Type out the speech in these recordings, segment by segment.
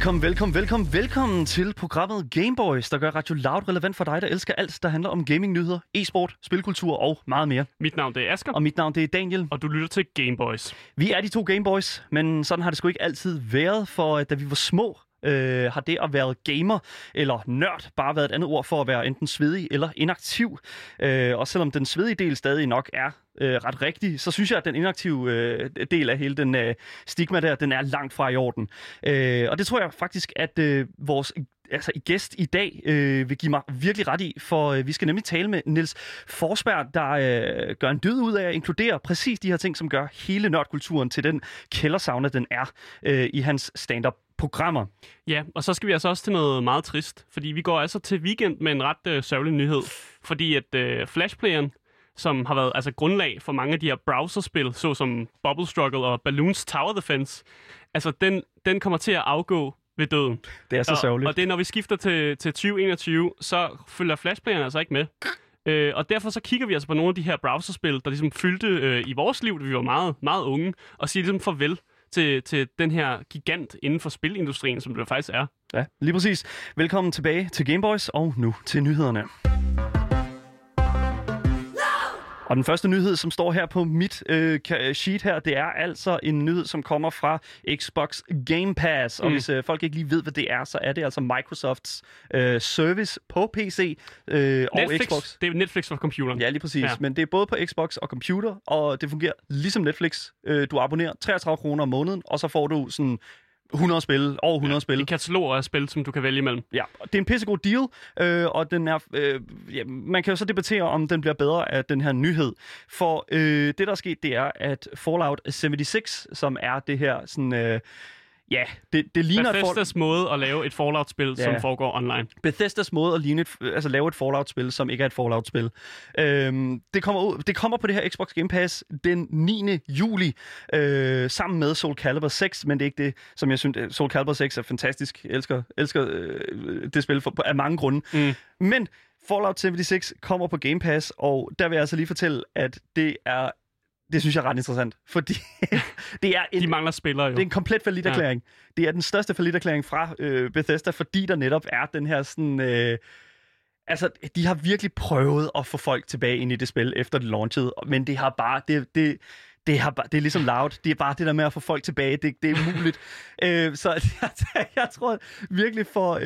Velkommen til programmet Gameboys, der gør Radio Loud relevant for dig, der elsker alt, der handler om gaming-nyheder, e-sport, spilkultur og meget mere. Mit navn det er Asger. Og mit navn det er Daniel. Og du lytter til Gameboys. Vi er de to Gameboys, men sådan har det sgu ikke altid været, for da vi var små, har det at være gamer eller nørd bare været et andet ord for at være enten svedig eller inaktiv. Og selvom den svedige del stadig nok er ret rigtig, så synes jeg, at den inaktive del af hele den stigma der, den er langt fra i orden. Og det tror jeg faktisk, at vores gæst i dag vil give mig virkelig ret i, for vi skal nemlig tale med Niels Forsberg, der gør en dyd ud af at inkludere præcis de her ting, som gør hele nørdkulturen til den kældersauna, den er i hans stand-up programmer. Ja, og så skal vi altså også til noget meget trist, fordi vi går altså til weekend med en ret sørgelig nyhed, fordi at Flashplayeren, som har været grundlag for mange af de her browserspil, såsom Bubble Struggle og Balloons Tower Defense, altså den kommer til at afgå ved døden. Det er så sørgeligt. Og det er, når vi skifter til 2021, så følger Flashplayeren altså ikke med. Og derfor så kigger vi altså på nogle af de her browserspil, der ligesom fyldte i vores liv, da vi var meget, meget unge, og siger ligesom farvel til den her gigant inden for spilindustrien, som det faktisk er. Ja, lige præcis. Velkommen tilbage til Gameboys, og nu til nyhederne. Og den første nyhed, som står her på mit sheet her, det er altså en nyhed, som kommer fra Xbox Game Pass. Og hvis folk ikke lige ved, hvad det er, så er det altså Microsofts service på PC og Netflix, Xbox. Det er Netflix for computeren. Ja, lige præcis. Ja. Men det er både på Xbox og computer, og det fungerer ligesom Netflix. Du abonnerer 33 kroner om måneden, og så får du sådan 100 spil, over 100 spil. En katalog af spil, som du kan vælge imellem. Ja, det er en pissegod deal, og den er, man kan jo så debattere, om den bliver bedre af den her nyhed. For det, der er sket, det er, at Fallout 76, som er det her sådan... det ligner Bethesdas måde at lave et Fallout-spil, som foregår online. Bethesdas måde at lave et Fallout-spil, som ikke er et Fallout-spil. Det kommer på det her Xbox Game Pass den 9. juli, sammen med Soul Calibur 6, men det er ikke det, som jeg synes. Soul Calibur 6 er fantastisk. Jeg elsker det spil af mange grunde. Men Fallout 76 kommer på Game Pass, og der vil jeg altså lige fortælle, at det synes jeg er ret interessant, fordi det er de mangler spillere jo. Det er en komplet falliterklæring. Ja. Det er den største falliterklæring fra Bethesda, fordi der netop er den her sådan... de har virkelig prøvet at få folk tilbage ind i det spil, efter det launchede, men det har bare... Det er ligesom Loud. Det er bare det der med at få folk tilbage. Det er umuligt. Så jeg tror virkelig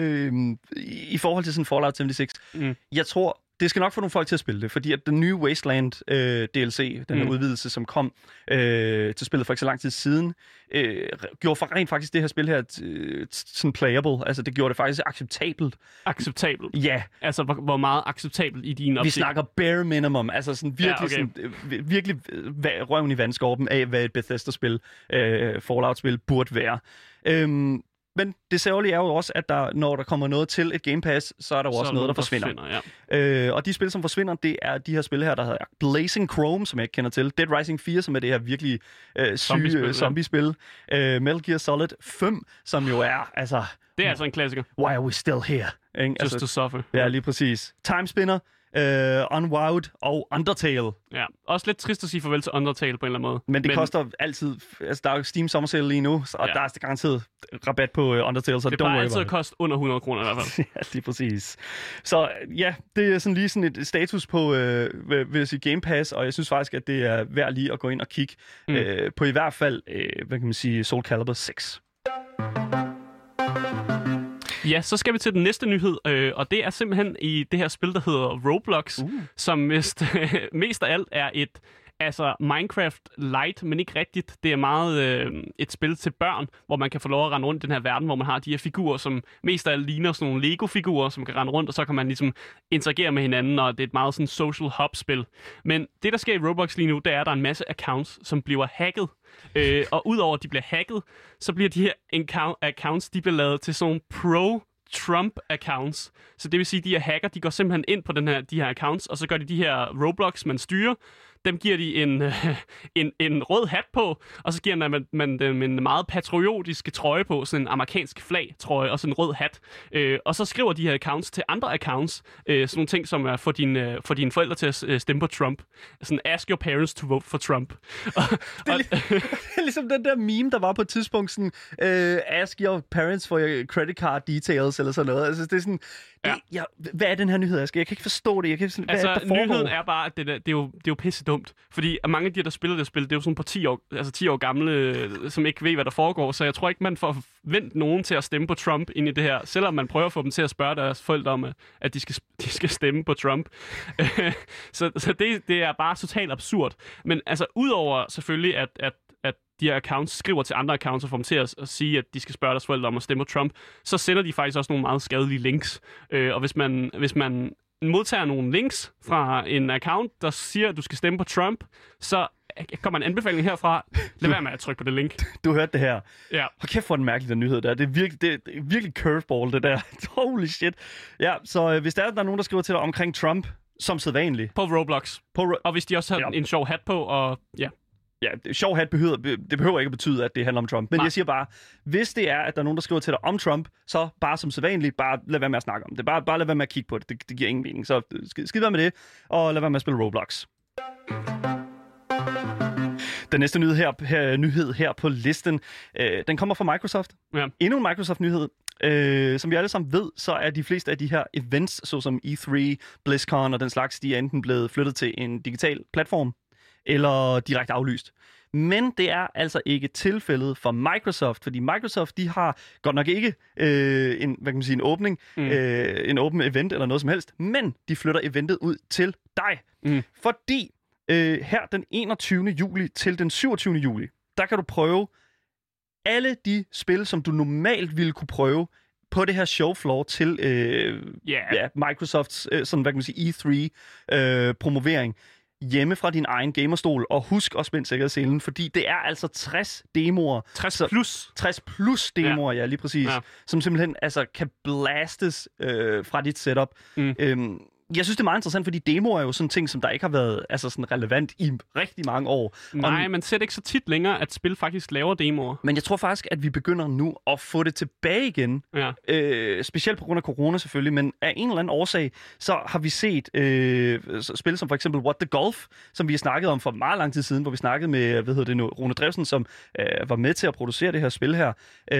i forhold til sådan Fallout 76, jeg tror, det skal nok få nogle folk til at spille det, fordi at den nye Wasteland DLC, den her udvidelse, som kom til spillet for ikke så lang tid siden, gjorde rent faktisk det her spil her sådan playable. Altså, det gjorde det faktisk acceptabelt. Acceptabelt? Ja. Altså, hvor meget acceptabelt i din optik? Vi snakker bare minimum. Altså, sådan virkelig, virkelig røven i vandskorpen af, hvad et Bethesda-spil, Fallout-spil, burde være. Men det særlige er jo også, at når der kommer noget til et Game Pass, så er der jo også noget, der forsvinder. Ja. Og de spil, som forsvinder, det er de her spil her, der hedder Blazing Chrome, som jeg ikke kender til. Dead Rising 4, som er det her virkelig syge zombie-spil. Metal Gear Solid 5, som jo er, altså... Det er altså en klassiker. Why are we still here? Just to suffer. Ja, lige præcis. Timespinner, Unwound og Undertale. Ja, også lidt trist at sige farvel til Undertale på en eller anden måde. Men det koster altid... Altså, der er jo Steam Summer Sale lige nu, og der er garanteret rabat på Undertale, så det plejer altid at koste under 100 kroner i hvert fald. Ja, lige præcis. Så ja, det er sådan lige sådan et status på vil jeg sige, Game Pass, og jeg synes faktisk, at det er værd lige at gå ind og kigge på i hvert fald, hvad kan man sige, Soul Calibur 6. Ja, så skal vi til den næste nyhed, og det er simpelthen i det her spil, der hedder Roblox, som mest af alt er et Minecraft light, men ikke rigtigt. Det er meget et spil til børn, hvor man kan få lov at rende rundt i den her verden, hvor man har de her figurer, som mest af alt ligner sådan nogle Lego-figurer, som kan rende rundt, og så kan man ligesom interagere med hinanden, og det er et meget sådan social hub-spil. Men det, der sker i Roblox lige nu, det er, at der er en masse accounts, som bliver hacket. Og udover at de bliver hacket, så bliver de her accounts, de bliver lavet til sådan Trump-accounts. Så det vil sige, at de her hacker, de går simpelthen ind på de her accounts, og så gør de her Roblox, man styrer, dem giver de en rød hat på, og så giver man dem en meget patriotisk trøje på, sådan en amerikansk flag-trøje, og sådan en rød hat. Og så skriver de her accounts til andre accounts, sådan nogle ting som er for dine forældre til at stemme på Trump. Sådan, ask your parents to vote for Trump. Det er ligesom den der meme, der var på et tidspunkt, sådan, ask your parents for your credit card details, eller sådan noget. Altså, det er sådan, hvad er den her nyhed, Asger? Jeg kan ikke forstå det. Nyheden er bare, at det er jo pisse dumt. Fordi mange af de, der spiller det spil, det er jo sådan på 10 år gamle, som ikke ved, hvad der foregår. Så jeg tror ikke, man får vendt nogen til at stemme på Trump ind i det her. Selvom man prøver at få dem til at spørge deres forældre om, at de skal stemme på Trump. så det er bare totalt absurd. Men altså, udover selvfølgelig, at de her accounts skriver til andre accounts og får dem til at sige, at de skal spørge deres forældre om at stemme på Trump, så sender de faktisk også nogle meget skadelige links. Og hvis man modtager nogle links fra en account, der siger, at du skal stemme på Trump, så kommer en anbefaling herfra. Lad være med at trykke på det link. Du hørte det her. Ja. Hold kæft, for den mærkelige nyhed der. Det er virkelig curveball, det der. Holy shit. Ja, så hvis der er nogen, der skriver til dig omkring Trump, som sædvanligt. På Roblox. Og hvis de også har en sjov hat på, og ja. Ja, sjov hat behøver ikke at betyde, at det handler om Trump. Men jeg siger bare, hvis det er, at der er nogen, der skriver til dig om Trump, så bare som sædvanligt, bare lad være med at snakke om det. Bare lad være med at kigge på det. Det giver ingen mening. Så skid være med det, og lad være med at spille Roblox. Den næste nyhed her på listen, den kommer fra Microsoft. Ja. Endnu en Microsoft-nyhed. Som vi alle sammen ved, så er de fleste af de her events, såsom E3, BlizzCon og den slags, de er enten blevet flyttet til en digital platform, eller direkte aflyst. Men det er altså ikke tilfældet for Microsoft, fordi Microsoft, de har godt nok ikke en åbning, en åben event eller noget som helst, men de flytter eventet ud til dig. Fordi her den 21. juli til den 27. juli, der kan du prøve alle de spil, som du normalt ville kunne prøve på det her showfloor til Microsofts E3-promovering. Hjemme fra din egen gamerstol, og husk at spænde sikkerhedsselen, fordi det er altså 60 demoer. 60 plus demoer, ja lige præcis. Ja. Som simpelthen altså kan blastes fra dit setup. Jeg synes, det er meget interessant, fordi demoer er jo sådan ting, som der ikke har været sådan relevant i rigtig mange år. Nej, man ser det ikke så tit længere, at spil faktisk laver demoer. Men jeg tror faktisk, at vi begynder nu at få det tilbage igen. Ja. Specielt på grund af corona selvfølgelig, men af en eller anden årsag, så har vi set spil som for eksempel What the Golf, som vi har snakket om for meget lang tid siden, hvor vi snakkede med, Rune Drevsen, som var med til at producere det her spil her,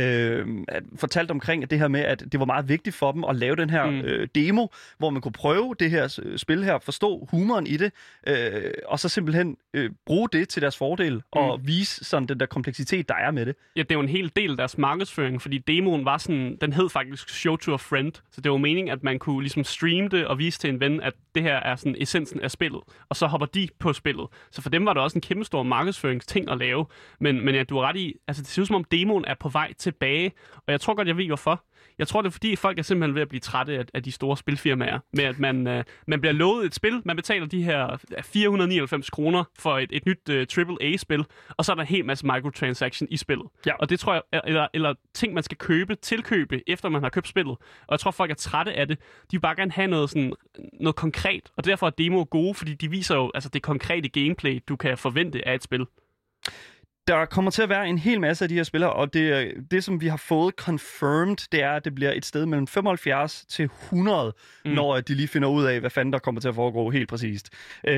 fortalte omkring det her med, at det var meget vigtigt for dem at lave den her demo, hvor man kunne prøve det her spil her, forstå humoren i det, og så simpelthen bruge det til deres fordel, og vise sådan den der kompleksitet, der er med det. Ja, det er jo en hel del af deres markedsføring, fordi demoen var sådan, den hed faktisk Show to a Friend, så det var meningen, at man kunne ligesom streame det og vise til en ven, at det her er sådan essensen af spillet, og så hopper de på spillet. Så for dem var det også en kæmpe stor markedsføringsting at lave, men ja, du har ret i, altså det ser ud som om demoen er på vej tilbage, og jeg tror godt, jeg ved hvorfor. Jeg tror, det er fordi, folk er simpelthen ved at blive trætte af de store spilfirmaer, med at man bliver lovet et spil, man betaler de her 499 kroner for et nyt AAA-spil, og så er der en hel masse microtransaction i spillet. Ja. Og det tror jeg, eller ting, man skal tilkøbe, efter man har købt spillet. Og jeg tror, folk er trætte af det. De vil bare gerne have noget konkret, og derfor er demoer gode, fordi de viser jo det konkrete gameplay, du kan forvente af et spil. Der kommer til at være en hel masse af de her spillere, og det som vi har fået confirmed, det er, at det bliver et sted mellem 75 til 100, når de lige finder ud af, hvad fanden der kommer til at foregå helt præcist.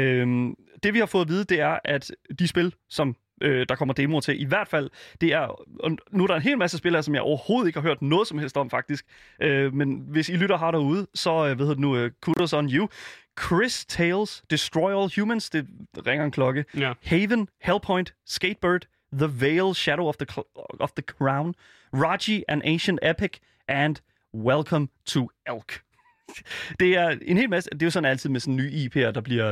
Det vi har fået at vide, det er, at de spil, som der kommer demoer til, i hvert fald, det er, og nu er der en hel masse spillere, som jeg overhovedet ikke har hørt noget som helst om, faktisk. Men hvis I lytter har derude, så kudos on you. Chris Tales, Destroy All Humans, det ringer en klokke. Ja. Haven, Hellpoint, Skatebird, The Veil, Shadow of the Crown, Raji, An Ancient Epic, and Welcome to Elk. Det er en hel masse. Det er jo sådan altid med sådan nye IP'er, der bliver,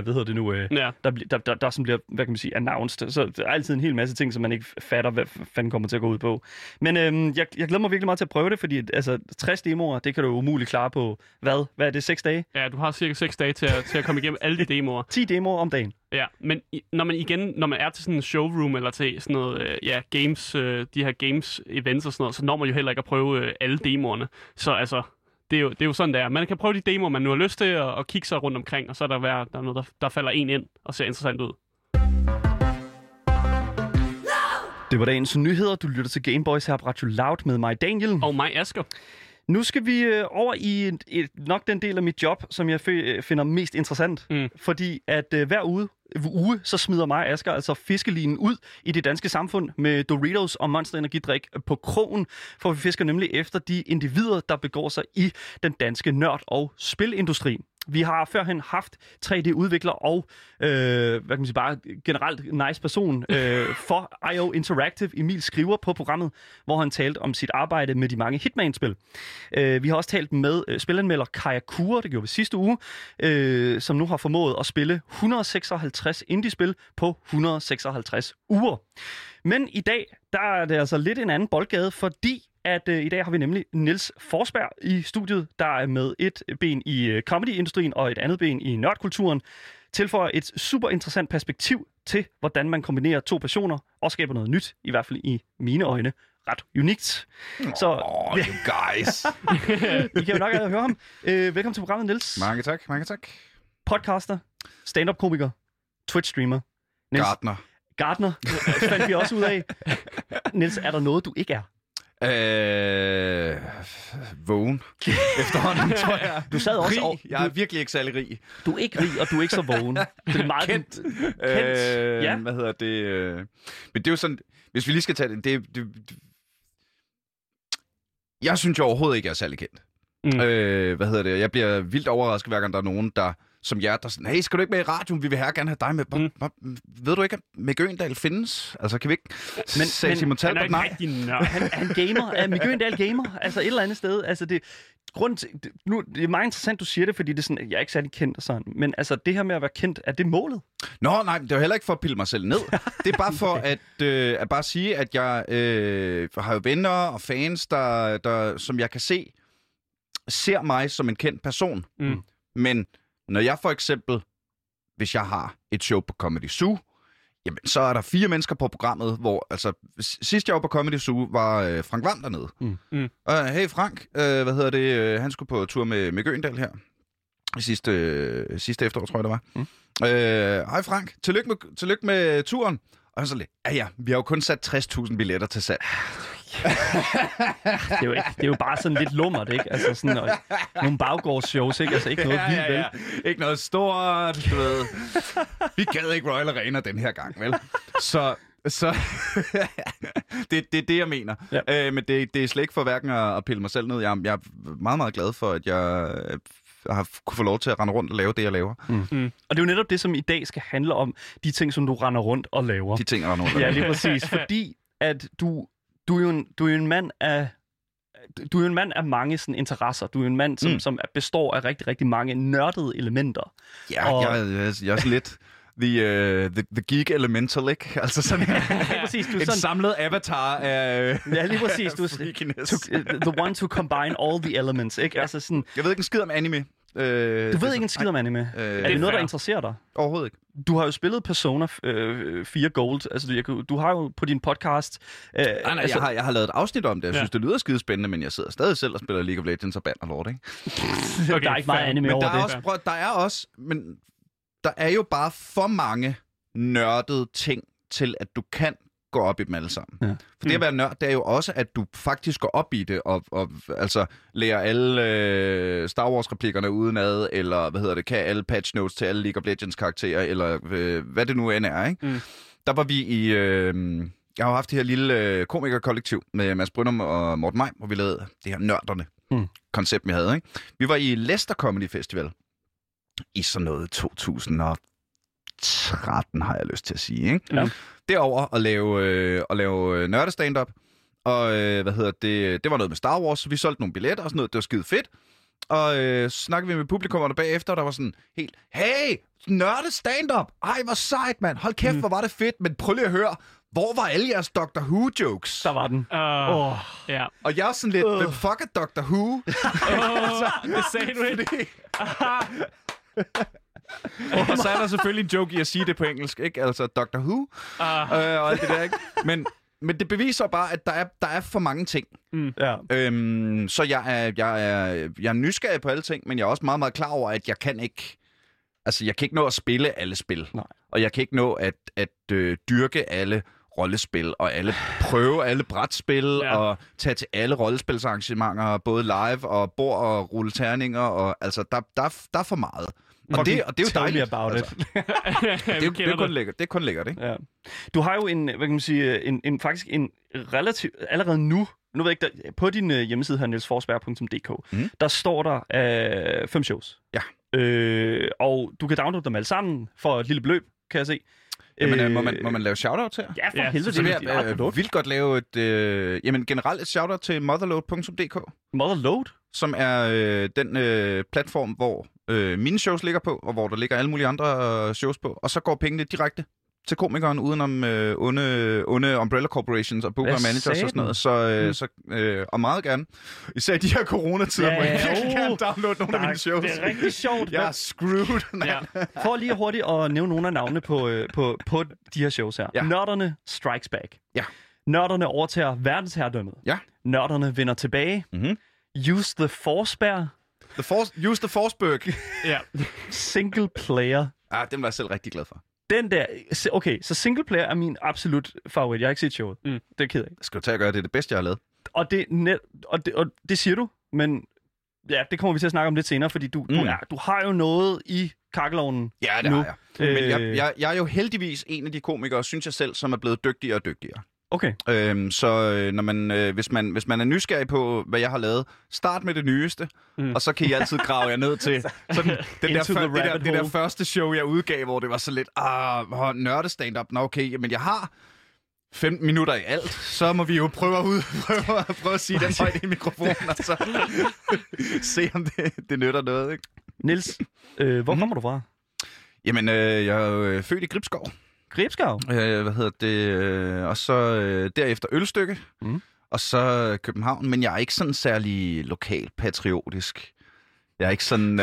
der som bliver, hvad kan man sige, announced. Så der er altid en hel masse ting, som man ikke fatter, hvad fanden kommer til at gå ud på. Men jeg glæder mig virkelig meget til at prøve det, fordi 60 demoer, det kan du umuligt klare på, hvad er det, 6 dage? Ja, du har cirka 6 dage til at komme igennem alle de demoer. 10 demoer om dagen. Ja, men når man er til sådan en showroom, eller til sådan noget, games, de her games events og sådan noget, så når man jo heller ikke at prøve alle demoerne. Så det er jo sådan, det er. Man kan prøve de demoer, man nu har lyst til, og kigge sig rundt omkring, og så er der noget, der falder en ind og ser interessant ud. Det var dagens nyheder. Du lytter til Gameboys her på Radio Loud med mig, Daniel. Og mig, Asger. Nu skal vi over i nok den del af mit job, som jeg finder mest interessant. Fordi at hver uge, så smider mig, Asger, altså fiskelinen ud i det danske samfund med Doritos og Monster Energidrik på krogen. For vi fisker nemlig efter de individer, der begår sig i den danske nørd- og spilindustri. Vi har førhen haft 3D-udvikler og hvad kan man sige, bare generelt nice person for IO Interactive, Emil Skriver, på programmet, hvor han talte om sit arbejde med de mange Hitman-spil. Vi har også talt med spilanmelder Kaja Kure, det gjorde vi sidste uge, som nu har formået at spille 156 indie-spil på 156 uger. Men i dag, der er det altså lidt en anden boldgade, fordi at i dag har vi nemlig Niels Forsberg i studiet, der er med et ben i comedy-industrien og et andet ben i nørdkulturen, tilføjer et super interessant perspektiv til, hvordan man kombinerer to passioner og skaber noget nyt, i hvert fald i mine øjne, ret unikt. Så you guys! I kan jo nok høre ham. Velkommen til programmet, Niels. Mange tak. Podcaster, stand-up-komiker, Twitch-streamer. Gartner fandt vi også ud af. Niels, er der noget, du ikke er? Vågen. Efterhånden, tror jeg. Du sad også rig. Jeg er virkelig ikke særlig rig. Du er ikke rig, og du er ikke så vågen. Det er meget kendt. Ja. Hvad hedder det? Men det er jo sådan, hvis vi lige skal tage det. Jeg synes jo overhovedet ikke, jeg er særlig kendt. Hvad hedder det? Jeg bliver vildt overrasket, hver gang der er nogen, der som jer, der sådan, hey, skal du ikke med i radioen? Vi vil gerne have dig med. Ved du ikke, at Mikke Øgendahl findes? Altså, kan vi ikke men Simon Talbot? Han er ikke rigtig nørd. Han gamer. Er Mikke Øgendahl gamer? Altså, et eller andet sted. Altså, det er meget interessant, du siger det, fordi det er sådan, jeg er ikke særlig kendt og sådan. Men altså, det her med at være kendt, er det målet? Nå, nej, det er jo heller ikke for at pille mig selv ned. Det er bare for at bare sige, at jeg har jo venner og fans, der som jeg kan se, ser mig som en kendt person. Men når jeg for eksempel, hvis jeg har et show på Comedy Zoo, jamen, så er der 4 mennesker på programmet, hvor, altså, sidst jeg var på Comedy Zoo, var Frank Vam dernede. Hey Frank, han skulle på tur med Mikke Øgendahl her. Sidste efterår, tror jeg, det var. Hej Frank, tillykke med turen. Og han så lidt, ja, vi har jo kun sat 60.000 billetter til salg. Det er jo bare sådan lidt lummert, ikke? Altså sådan nogle baggårdsshows, ikke? Altså ikke noget vildt, vel? Ikke noget stort, du ved. Vi gad ikke Royal Arena den her gang, vel? Så det er det, jeg mener. Ja. Men det er slet ikke for hverken at pille mig selv ned. Jeg er meget, meget glad for, at jeg har kunne få lov til at rende rundt og lave det, jeg laver. Og det er jo netop det, som i dag skal handle om, de ting, som du render rundt og laver. De ting, jeg render rundt og laver. Ja, lige præcis. Fordi at du er jo en mand af... Du er jo en mand af mange sådan, interesser. Du er en mand, som består af rigtig, rigtig mange nørdede elementer. Ja, og jeg er sådan lidt the geek elemental, ikke? Altså sådan lige præcis, du er en sådan, samlet avatar af ja, lige præcis. Du er the one to combine all the elements, ikke? Ja. Altså sådan, jeg ved ikke en skid om anime. Du ved ikke en skid om anime. Er det noget, der interesserer dig? Overhovedet ikke. Du har jo spillet Persona 4 Gold. Altså, du har jo på din podcast... Nej, jeg har lavet et afsnit om det. Jeg synes, det lyder skidespændende, men jeg sidder stadig selv og spiller League of Legends og Bannerlord, ikke? Okay, der er ikke meget anime over det. Men der er jo bare for mange nørdede ting til, at du kan gå op i dem alle sammen. Ja. For det at være nørd, det er jo også, at du faktisk går op i det, og altså lærer alle Star Wars-replikkerne udenad, eller kan alle patch notes til alle League of Legends-karakterer, eller hvad det nu end er, ikke? Der var vi i... jeg har haft det her lille komikerkollektiv med Mads Brynum og Morten Maj, hvor vi lavede det her nørderne-koncept, vi havde, ikke? Vi var i Leicester Comedy Festival i sådan noget 2013, har jeg lyst til at sige, ikke? Ja. Derover at lave nørdestand-up, og det var noget med Star Wars, så vi solgte nogle billetter og sådan noget, det var skide fedt. Og snakkede vi med publikum der bagefter, og der var sådan helt, hey, nørde stand-up, ej hvor sejt, mand, hold kæft, hvor var det fedt, men prøv lige at høre, hvor var alle jeres Doctor Who-jokes? Der var den. Ja. Og jeg er sådan lidt, hvem fuck er Doctor Who? Det sagde du ikke. Og så er der selvfølgelig en joke i at sige det på engelsk, ikke? Altså Doctor Who og alt det der, ikke? Men det beviser bare, at der er for mange ting. Ja. Så jeg er nysgerrig på alle ting, men jeg er også meget, meget klar over, at jeg kan ikke nå at spille alle spil. Nej. Og jeg kan ikke nå at dyrke alle rollespil, og prøve alle brætspil, og tage til alle rollespilsarrangementer, både live og bord og rulle terninger, og altså, der er for meget. Og det er jo dejligt. Altså. det er kun lækkert, ikke? Ja. Du har jo en, hvad kan man sige, faktisk en relativt, allerede nu ved jeg ikke, på din hjemmeside her, nielsforsberg.dk, der står der 5 shows. Ja. Og du kan downloade dem alle sammen for et lille beløb, kan jeg se. Jamen, må man lave shoutout her? Ja, for helvede. Så vil jeg vildt godt lave et, generelt et shoutout til motherload.dk. Motherload? Som er den platform, hvor mine shows ligger på, og hvor der ligger alle mulige andre shows på. Og så går pengene direkte til komikeren, udenom onde Umbrella Corporations og Booker Managers og sådan noget. Og meget gerne. Især i de her coronatider, hvor jeg virkelig gerne downloade nogle af mine shows. Det er rigtig sjovt. Jeg er screwed. Ja. For lige hurtigt at nævne nogle af navnene på de her shows her. Ja. Nørderne Strikes Back. Ja. Nørderne overtager verdensherredømmet. Ja. Nørderne vender tilbage. Use the Forsberg. Use the Forsberg. Ja. Single player. Ah, den var jeg selv rigtig glad for. Den der... Okay, så single player er min absolut favorit. Jeg har ikke set showet. Det er ked af. Skal du tage at gøre det det bedste, jeg har lavet? Og det siger du, men ja, det kommer vi til at snakke om lidt senere, fordi du har jo noget i kakkelovnen. Ja, det nu. Har jeg. Men jeg er jo heldigvis en af de komikere, synes jeg selv, som er blevet dygtigere og dygtigere. Okay. Så når man, hvis man er nysgerrig på, hvad jeg har lavet, start med det nyeste, og så kan I altid grave jer ned til sådan, det der første show, jeg udgav, hvor det var så lidt, nørde stand-up, nå okay, men jeg har 15 minutter i alt, så må vi jo prøve at sige den højt i mikrofonen, og så se, om det nytter noget, ikke? Niels, hvor kommer du fra? Jamen, jeg er jo født i Gribskov. Gribskov? Og så derefter Ølstykke, og så København, men jeg er ikke sådan særlig lokalpatriotisk. Jeg er ikke sådan...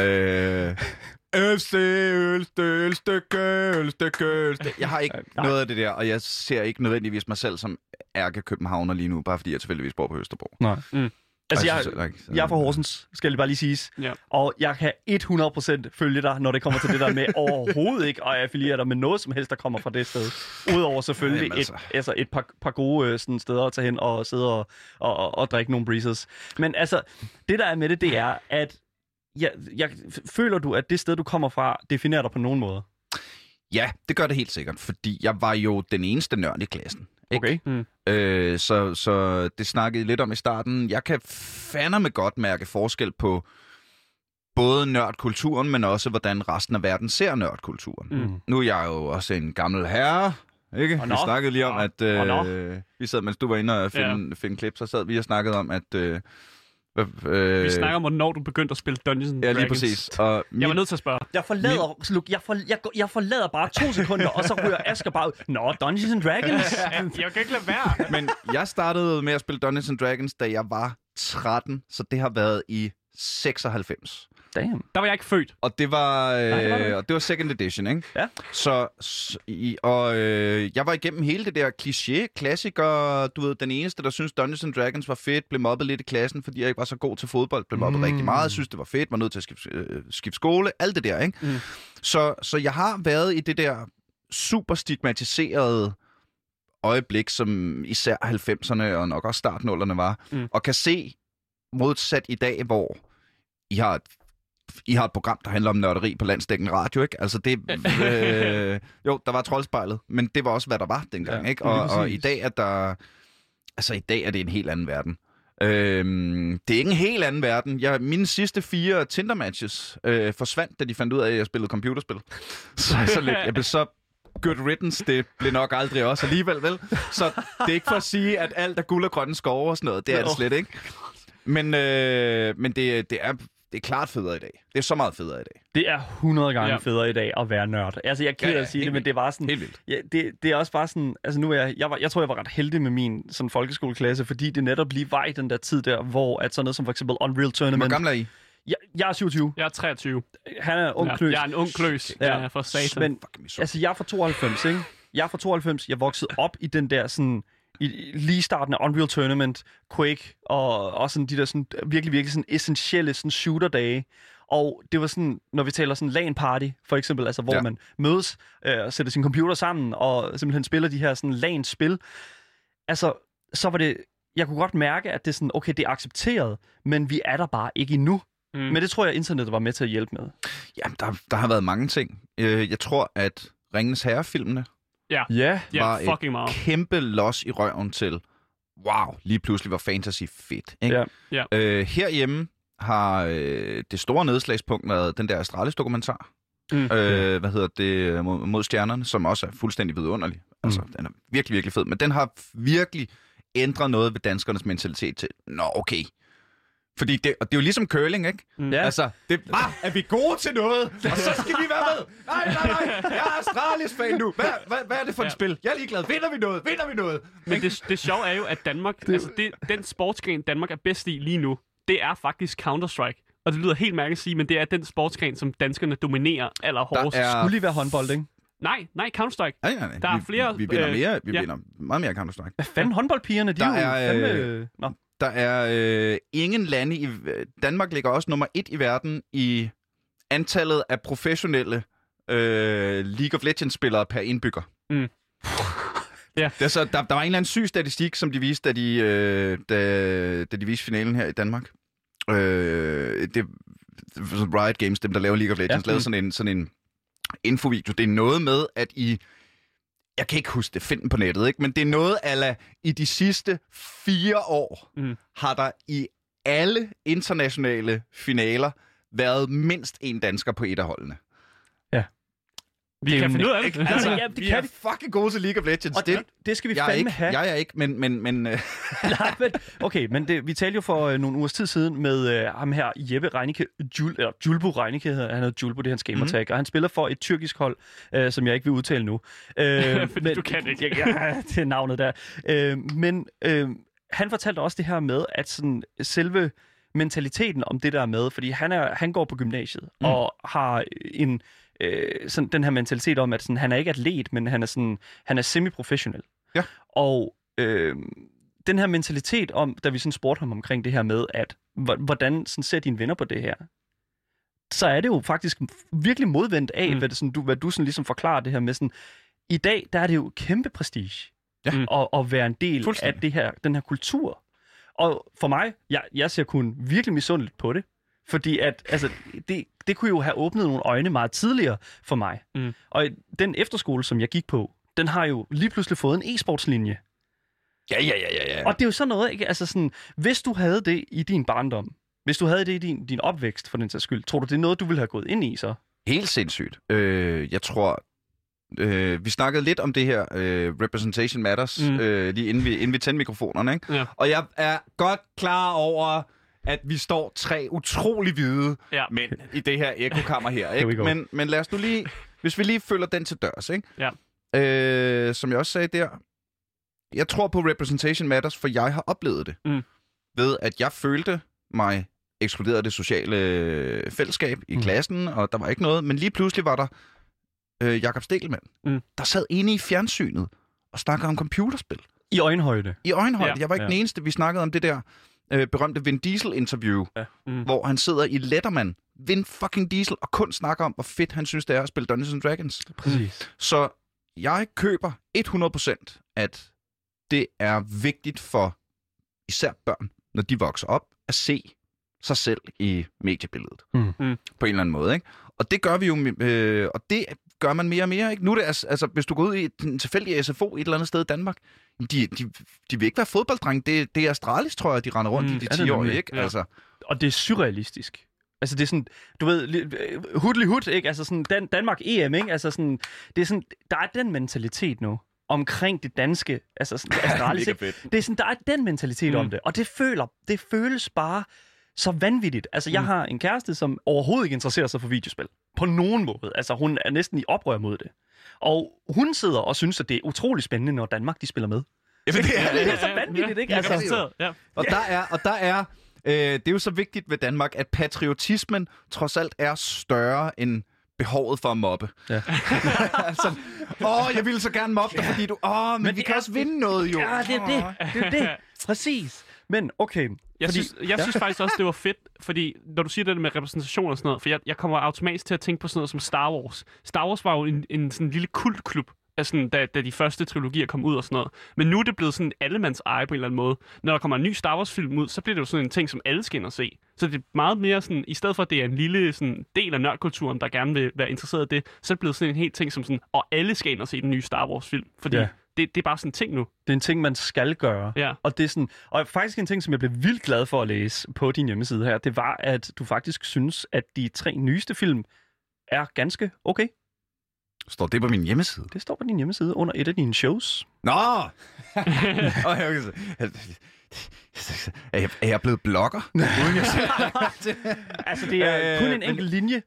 Ølstykke. Jeg har ikke noget af det der, og jeg ser ikke nødvendigvis mig selv som ærke-københavner lige nu, bare fordi jeg tilfældigvis bor på Østerbro. Nej. Altså, jeg er fra Horsens, skal det bare lige siges. Ja. Og jeg kan 100% følge dig, når det kommer til det der med overhovedet ikke at affiliere dig med noget som helst, der kommer fra det sted. Udover selvfølgelig et par gode sådan, steder at tage hen og sidde og drikke nogle breezes. Men altså, det der er med det er, at føler du, at det sted, du kommer fra, definerer dig på nogen måde? Ja, det gør det helt sikkert, fordi jeg var jo den eneste nørd i klassen. Okay. Så det snakkede lidt om i starten. Jeg kan fandme godt mærke forskel på både nørdkulturen, men også hvordan resten af verden ser nørdkulturen. Nu er jeg jo også en gammel herre, ikke? Vi snakkede lige om, at vi sad, mens du var inde og finde klip, så sad vi og snakkede om, at... Vi snakker om, hvornår du begyndte at spille Dungeons & Dragons. Ja, lige præcis. Og jeg var nødt til at spørge. Jeg forlader bare 2 sekunder, og så ryger Asger bare ud. Nå, Dungeons & Dragons. Jeg kan ikke lade være. Men jeg startede med at spille Dungeons & Dragons, da jeg var 13, så det har været i 96. Damn. Der var jeg ikke født. Og det var, og det var second edition, ikke? Ja. Jeg var igennem hele det der kliché-klassiker. Du ved, den eneste, der synes Dungeons & Dragons var fedt, blev mobbet lidt i klassen, fordi jeg ikke var så god til fodbold. Blev mobbet rigtig meget. Jeg synes, det var fedt. Var nødt til at skifte skole. Alt det der, ikke? Så jeg har været i det der super stigmatiserede øjeblik, som især 90'erne og nok også startnullerne var. Og kan se modsat i dag, hvor I har et program, der handler om nørderi på landsdækkende radio, ikke? Altså det... jo, der var Troldspejlet, men det var også, hvad der var dengang, ikke? Og i dag er der... Altså, i dag er det en helt anden verden. Det er ikke en helt anden verden. Mine sidste 4 Tinder-matches forsvandt, da de fandt ud af, at jeg spillede computerspil. Så lidt... Jeg blev så... Good riddance, det blev nok aldrig også alligevel, vel? Så det er ikke for at sige, at alt er guld og grønne skove og sådan noget. Det er det slet ikke. Men det er klart federe i dag. Det er så meget federe i dag. Det er 100 gange federe i dag at være nørd. Altså, jeg er ked af at sige det, men det var sådan... Helt vildt. Ja, det er også bare sådan... Altså, nu er jeg tror, jeg var ret heldig med min sådan, folkeskoleklasse, fordi det netop lige var i den der tid der, hvor at sådan noget som for eksempel Unreal Tournament... Hvor gammel er I? Jeg er 27. Jeg er 23. Han er ung kløs. Jeg er en ung kløs. Ja, for satan. Men, altså, jeg er fra 92, ikke? Jeg er fra 92. Jeg voksede op i den der sådan... I lige starten af Unreal Tournament, Quake og sådan de der sådan, virkelig sådan essentielle sådan shooter-dage. Og det var sådan, når vi taler sådan LAN-party, for eksempel, altså hvor man mødes og sætter sin computer sammen og simpelthen spiller de her sådan LAN-spil. Altså, så var det... Jeg kunne godt mærke, at det er sådan, okay, det er accepteret, men vi er der bare ikke endnu. Men det tror jeg, internettet var med til at hjælpe med. Ja, der har været mange ting. Jeg tror, at Ringenes Herre-filmene var fucking et kæmpe los i røven til, wow, lige pludselig var fantasy fedt. Ikke? Ja. Herhjemme har det store nedslagspunkt været den der Astralis-dokumentar. Mod stjernerne, som også er fuldstændig vidunderlig. Altså, den er virkelig, virkelig fed. Men den har virkelig ændret noget ved danskernes mentalitet til, okay. Fordi det er jo ligesom curling, ikke? Altså, er vi gode til noget? Og så skal vi være med! Nej, jeg er Astralis-fan nu! Hvad er det for et spil? Jeg er ligeglad. Vinder vi noget? Men det sjove er jo, at Danmark, den sportsgren, Danmark er bedst i lige nu, det er faktisk Counter-Strike. Og det lyder helt mærkeligt at sige, men det er den sportsgren, som danskerne dominerer allerhårdest. Skulle lige være håndbold, ikke? Nej, Counter-Strike. Nej. Der er flere... Vi vinder vinder meget mere Counter-Strike. Hvad fanden håndboldpigerne? Der er ingen lande i... Danmark ligger også nummer 1 i verden i antallet af professionelle League of Legends-spillere per indbygger. Ja. Der var en eller anden syg statistik, som de viste, da de viste finalen her i Danmark. Det Riot Games, dem der laver League of Legends, lavede sådan en infovideo. Det er noget med, at jeg kan ikke huske det, find den på nettet, ikke? Men det er noget ala i de sidste 4 år, har der i alle internationale finaler været mindst en dansker på et af holdene. Ja. Vi kan finde ud af det. Altså, vi er fucking gode til League of Legends. Og det skal vi fandme have. Jeg er ikke, men... Okay, men vi talte jo for nogle ugers tid siden med ham her, Jeppe Reinicke, Julbo Reinicke, han hedder Julbo, det er hans gamertag, og han spiller for et tyrkisk hold, som jeg ikke vil udtale nu. Fordi du kan ikke. Ja, det er navnet der. Men han fortalte også det her med, at sådan selve mentaliteten om det der med, fordi han går på gymnasiet og har sådan den her mentalitet om, at sådan, han er ikke atlet, men han er semi-professionel. Ja. Og den her mentalitet om, da vi sådan spurgte ham omkring det her med, at hvordan sådan ser dine venner på det her, så er det jo faktisk virkelig modvendt af, hvad du sådan ligesom forklarer det her med sådan, i dag, der er det jo kæmpe prestige at være en del af den her kultur. Og for mig, jeg ser kun virkelig misundeligt på det, fordi at, altså, det kunne jo have åbnet nogle øjne meget tidligere for mig. Og den efterskole, som jeg gik på, den har jo lige pludselig fået en e-sportslinje. Ja. Og det er jo sådan noget, ikke? Altså sådan, hvis du havde det i din barndom, hvis du havde det i din opvækst, for den sags skyld, tror du, det er noget, du ville have gået ind i så? Helt sindssygt. Jeg tror, vi snakkede lidt om det her Representation Matters, lige inden vi tændte mikrofonerne, ikke? Ja. Og jeg er godt klar over, at vi står 3 utrolig hvide mænd i det her ekokammer her, ikke? Men lad os nu lige, hvis vi lige følger den til dørs, ikke? Ja. Som jeg også sagde der, jeg tror på Representation Matters, for jeg har oplevet det. Ved at jeg følte mig ekskluderet af det sociale fællesskab i klassen, og der var ikke noget, men lige pludselig var der Jakob Stikkelmann, der sad inde i fjernsynet og snakkede om computerspil. I øjenhøjde. Ja. Jeg var ikke den eneste. Vi snakkede om det der berømte Vin Diesel-interview, hvor han sidder i Letterman, Vin fucking Diesel, og kun snakker om, hvor fedt han synes, det er at spille Dungeons & Dragons. Præcis. Så jeg køber 100%, at det er vigtigt for især børn, når de vokser op, at se sig selv i mediebilledet. På en eller anden måde, ikke? Og det gør vi jo, og det gør man mere og mere, ikke? Nu er det altså, hvis du går ud i en tilfældig SFO et eller andet sted i Danmark, de vil ikke være fodbolddreng. Det er Astralis, tror jeg, de render rundt i de 10 år, ikke? Ja. Altså. Og det er surrealistisk. Altså det er sådan, du ved, hudlig, ikke? Altså sådan Danmark EM, ikke? Altså sådan, det er sådan, der er den mentalitet nu omkring det danske, altså sådan, Astralis, ikke? Det er sådan, der er den mentalitet om det, og det føles bare så vanvittigt. Altså, jeg har en kæreste, som overhovedet ikke interesserer sig for videospil. På nogen måde. Altså, hun er næsten i oprør mod det. Og hun sidder og synes, at det er utrolig spændende, når Danmark, de spiller med. Jamen, det er så vanvittigt, ikke? Altså, og der er det er jo så vigtigt ved Danmark, at patriotismen trods alt er større end behovet for at mobbe. Ja. Altså, jeg ville så gerne mobbe dig, fordi du... men vi kan også vinde noget, jo. Ja, det er det. Præcis. Men okay. Jeg synes faktisk også, det var fedt, fordi når du siger det med repræsentation og sådan noget, for jeg kommer automatisk til at tænke på sådan noget som Star Wars. Star Wars var jo en sådan lille kultklub, altså, da de første trilogier kom ud og sådan noget. Men nu er det blevet sådan allemands eje på en eller anden måde. Når der kommer en ny Star Wars-film ud, så bliver det jo sådan en ting, som alle skal ind og se. Så det er meget mere sådan, i stedet for at det er en lille sådan, del af nørdkulturen, der gerne vil være interesseret i det, så er det blevet sådan en helt ting som sådan, og alle skal ind og se den nye Star Wars-film. Fordi det er bare sådan en ting nu. Det er en ting, man skal gøre. Ja. Og det er sådan, og faktisk en ting, som jeg blev vildt glad for at læse på din hjemmeside her, det var, at du faktisk synes, at de 3 nyeste film er ganske okay. Står det på min hjemmeside? Det står på din hjemmeside under et af dine shows. Nå! Er jeg blevet blogger? Uden jeg selv... Altså, det er kun en enkelt linje.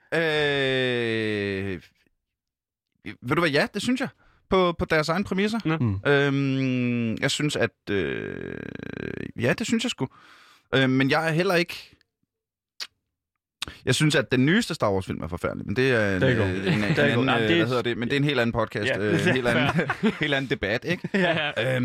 Ved du hvad? Ja, det synes jeg. På deres egen præmisser. Jeg synes, at... ja, det synes jeg sgu. Men jeg er heller ikke... Jeg synes, at den nyeste Star Wars-film er forfærdelig, men det er men det er en helt anden podcast, helt anden debat, ikke? Ja.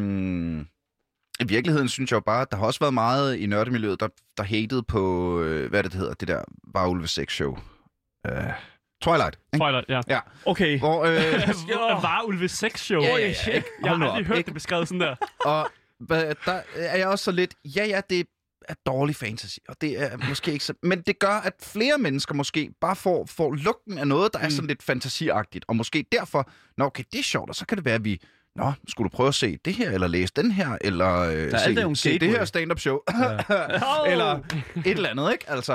I virkeligheden synes jeg jo bare, at der har også været meget i nørdemiljøet, der hatede på, hvad det hedder, det der Varulve Sex Show. Twilight. Ikke? Twilight, ja. Okay. Hvor Varulve Sex Show. Ja. Jeg har aldrig hørt det beskrevet sådan der. Og der er jeg også så lidt, ja, det er dårlig fantasy, og det er måske ikke så... Men det gør, at flere mennesker måske bare får lugten af noget, der er sådan lidt fantasiagtigt, og måske derfor, okay, det er sjovt, og så kan det være, at vi... skulle du prøve at se det her, eller læse den her, eller se det her stand-up show, eller et eller andet, ikke? Altså...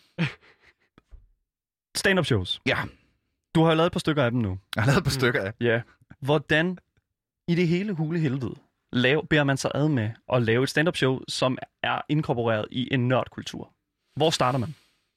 Stand-up shows. Ja. Du har jo lavet et par stykker af dem nu. Jeg har lavet et par stykker af. Ja. Hvordan i det hele hule helvede beder man sig ad med at lave et stand-up show, som er inkorporeret i en nørdkultur? Hvor starter man?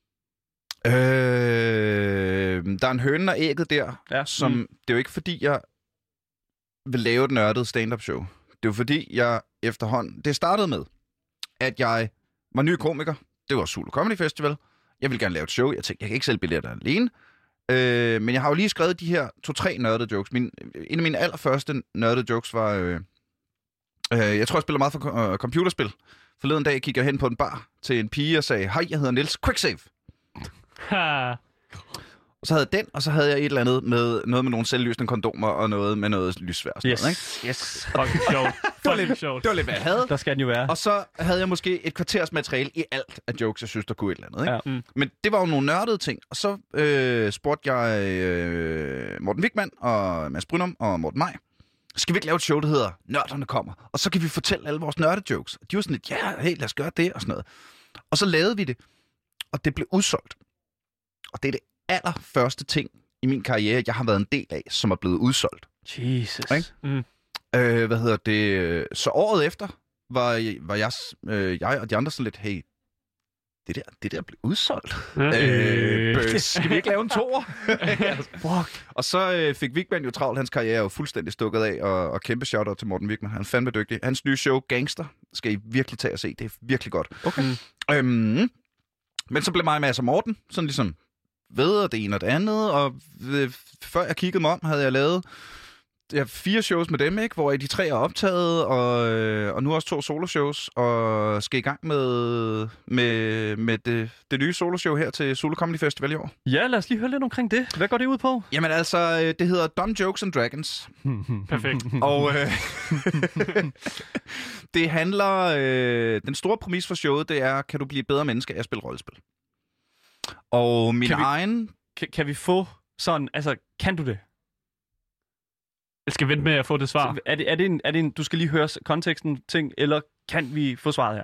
Der er en høne og ægget der, som... Det er jo ikke fordi, jeg vil lave et nørdet stand-up show. Det er jo fordi, jeg efterhånden... Det startede med, at jeg var ny komiker. Det var Zulu Comedy Festival. Jeg ville gerne lave et show. Jeg tænkte, jeg kan ikke sælge billetter alene. Men jeg har jo lige skrevet de her 2-3 nørdede jokes. En af mine allerførste nørdede jokes var... jeg tror, jeg spiller meget for computerspil. Forleden dag gik jeg hen på en bar til en pige og sagde, hej, jeg hedder Niels, quick save. Og så havde jeg den, og så havde jeg et eller andet med noget med nogle selvlysende kondomer og noget med noget lyssvær. Yes. Fucking sjovt. Det var lidt, hvad jeg havde. Der skal den jo være. Og så havde jeg måske et kvarters materiale i alt af jokes, jeg synes, der kunne et eller andet. Ikke? Ja. Men det var jo nogle nørdede ting. Og så spurgte jeg Morten Wigman og Mads Brynum og Morten Maj, skal vi ikke lave et show, der hedder Nørderne kommer? Og så kan vi fortælle alle vores nørdejokes. De var sådan lidt, ja, hey, lad os gøre det og sådan noget. Og så lavede vi det, og det blev udsolgt. Og det er det allerførste ting i min karriere, jeg har været en del af, som er blevet udsolgt. Jesus. Så året efter var jeg og de andre sådan lidt, hey, det der blev udsolgt. Skal vi ikke lave en toer? Og så fik Wigman jo travlt. Hans karriere er jo fuldstændig stukket af, og kæmpe shout-out til Morten Wigman. Han er fandme dygtig. Hans nye show, Gangster, skal I virkelig tage og se. Det er virkelig godt. Okay. Men så blev mig og Mads og Morten sådan ligesom ved det ene og det andet, og før jeg kiggede mig om, havde jeg lavet 4 shows med dem, ikke? Hvor de 3 er optaget, og nu også 2 soloshows, og skal i gang med det nye soloshow her til Zulu Comedy Festival i år. Ja, lad os lige høre lidt omkring det. Hvad går det ud på? Jamen altså, det hedder Dumb Jokes and Dragons. Perfekt. Og det handler... den store præmis for showet, det er, kan du blive et bedre menneske af at spille rollespil? Og min egen... Kan vi få sådan... Altså, kan du det? Jeg skal vente med at få det svar. Så er det en, du skal lige høre konteksten ting, eller kan vi få svaret her?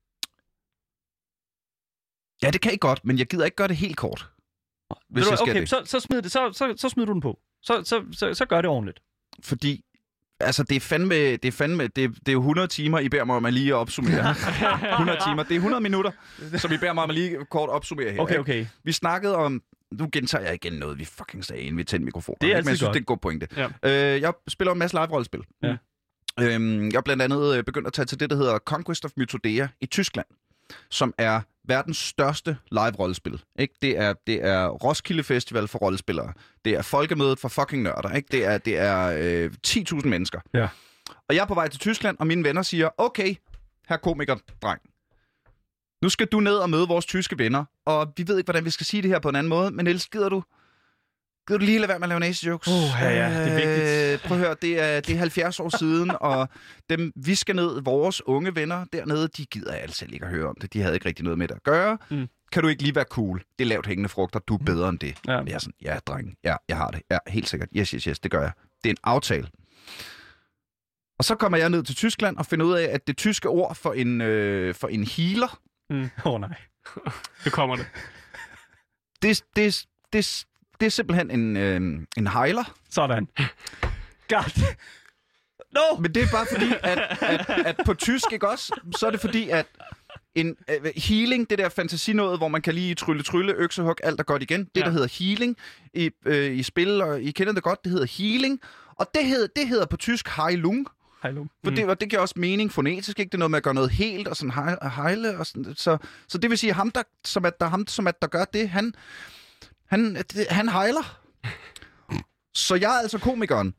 Ja, det kan I godt, men jeg gider ikke gøre det helt kort. Hvis jeg skal okay, det. Så smider du den på. Så gør det ordentligt. Fordi, altså det er jo 100 timer, I beder mig om at lige opsummere. 100 timer, det er 100 minutter, som I beder mig om at lige kort opsummere her. Okay. Vi snakkede om... Nu gentager jeg igen noget, vi fucking sagde, inden vi tændte mikrofonen. Det er altid men jeg synes, godt. det er en god pointe. Ja. Jeg spiller en masse live-rollespil. Ja. Jeg er blandt andet begyndt at tage til det, der hedder Conquest of Mythodea i Tyskland, som er verdens største live-rollespil. Ikke? Det er Roskilde Festival for rollespillere. Det er Folkemødet for fucking nørder. Ikke? Det er 10.000 mennesker. Ja. Og jeg er på vej til Tyskland, og mine venner siger, okay, her komiker-dreng. Nu skal du ned og møde vores tyske venner, og vi ved ikke, hvordan vi skal sige det her på en anden måde, men Niels, gider du lige lade være med at lave nazi-jokes? Ja, det er vigtigt. Prøv at høre, det er 70 år siden, og dem, vi skal ned, vores unge venner dernede, de gider altså ikke at høre om det. De havde ikke rigtig noget med det at gøre. Kan du ikke lige være cool? Det er lavt hængende frugter, du er bedre end det. Ja. Jeg er sådan, ja, dreng, ja, jeg har det. Ja, helt sikkert. Yes, det gør jeg. Det er en aftale. Og så kommer jeg ned til Tyskland og finder ud af, at det tyske ord for en healer... Nej. Det kommer det. Det er simpelthen en heiler. Sådan. God. No! Men det er bare fordi, at på tysk, ikke også? Så er det fordi, at en healing, det der fantasinået, hvor man kan lige trylle, øksehug, alt er godt igen. Det, der hedder healing i spil, og I kender det godt, det hedder healing. Og det hedder på tysk Heilung. For det giver også mening fonetisk, ikke? Det er noget med at gøre noget helt og sådan heile og sådan. Så det vil sige, ham der gør det, han heiler. Så jeg er altså komikeren,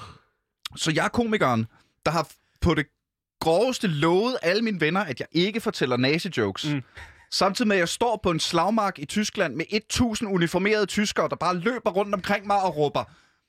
der har på det groveste lovet alle mine venner, at jeg ikke fortæller nazi-jokes. Samtidig med, at jeg står på en slagmark i Tyskland med 1000 uniformerede tyskere, der bare løber rundt omkring mig og råber: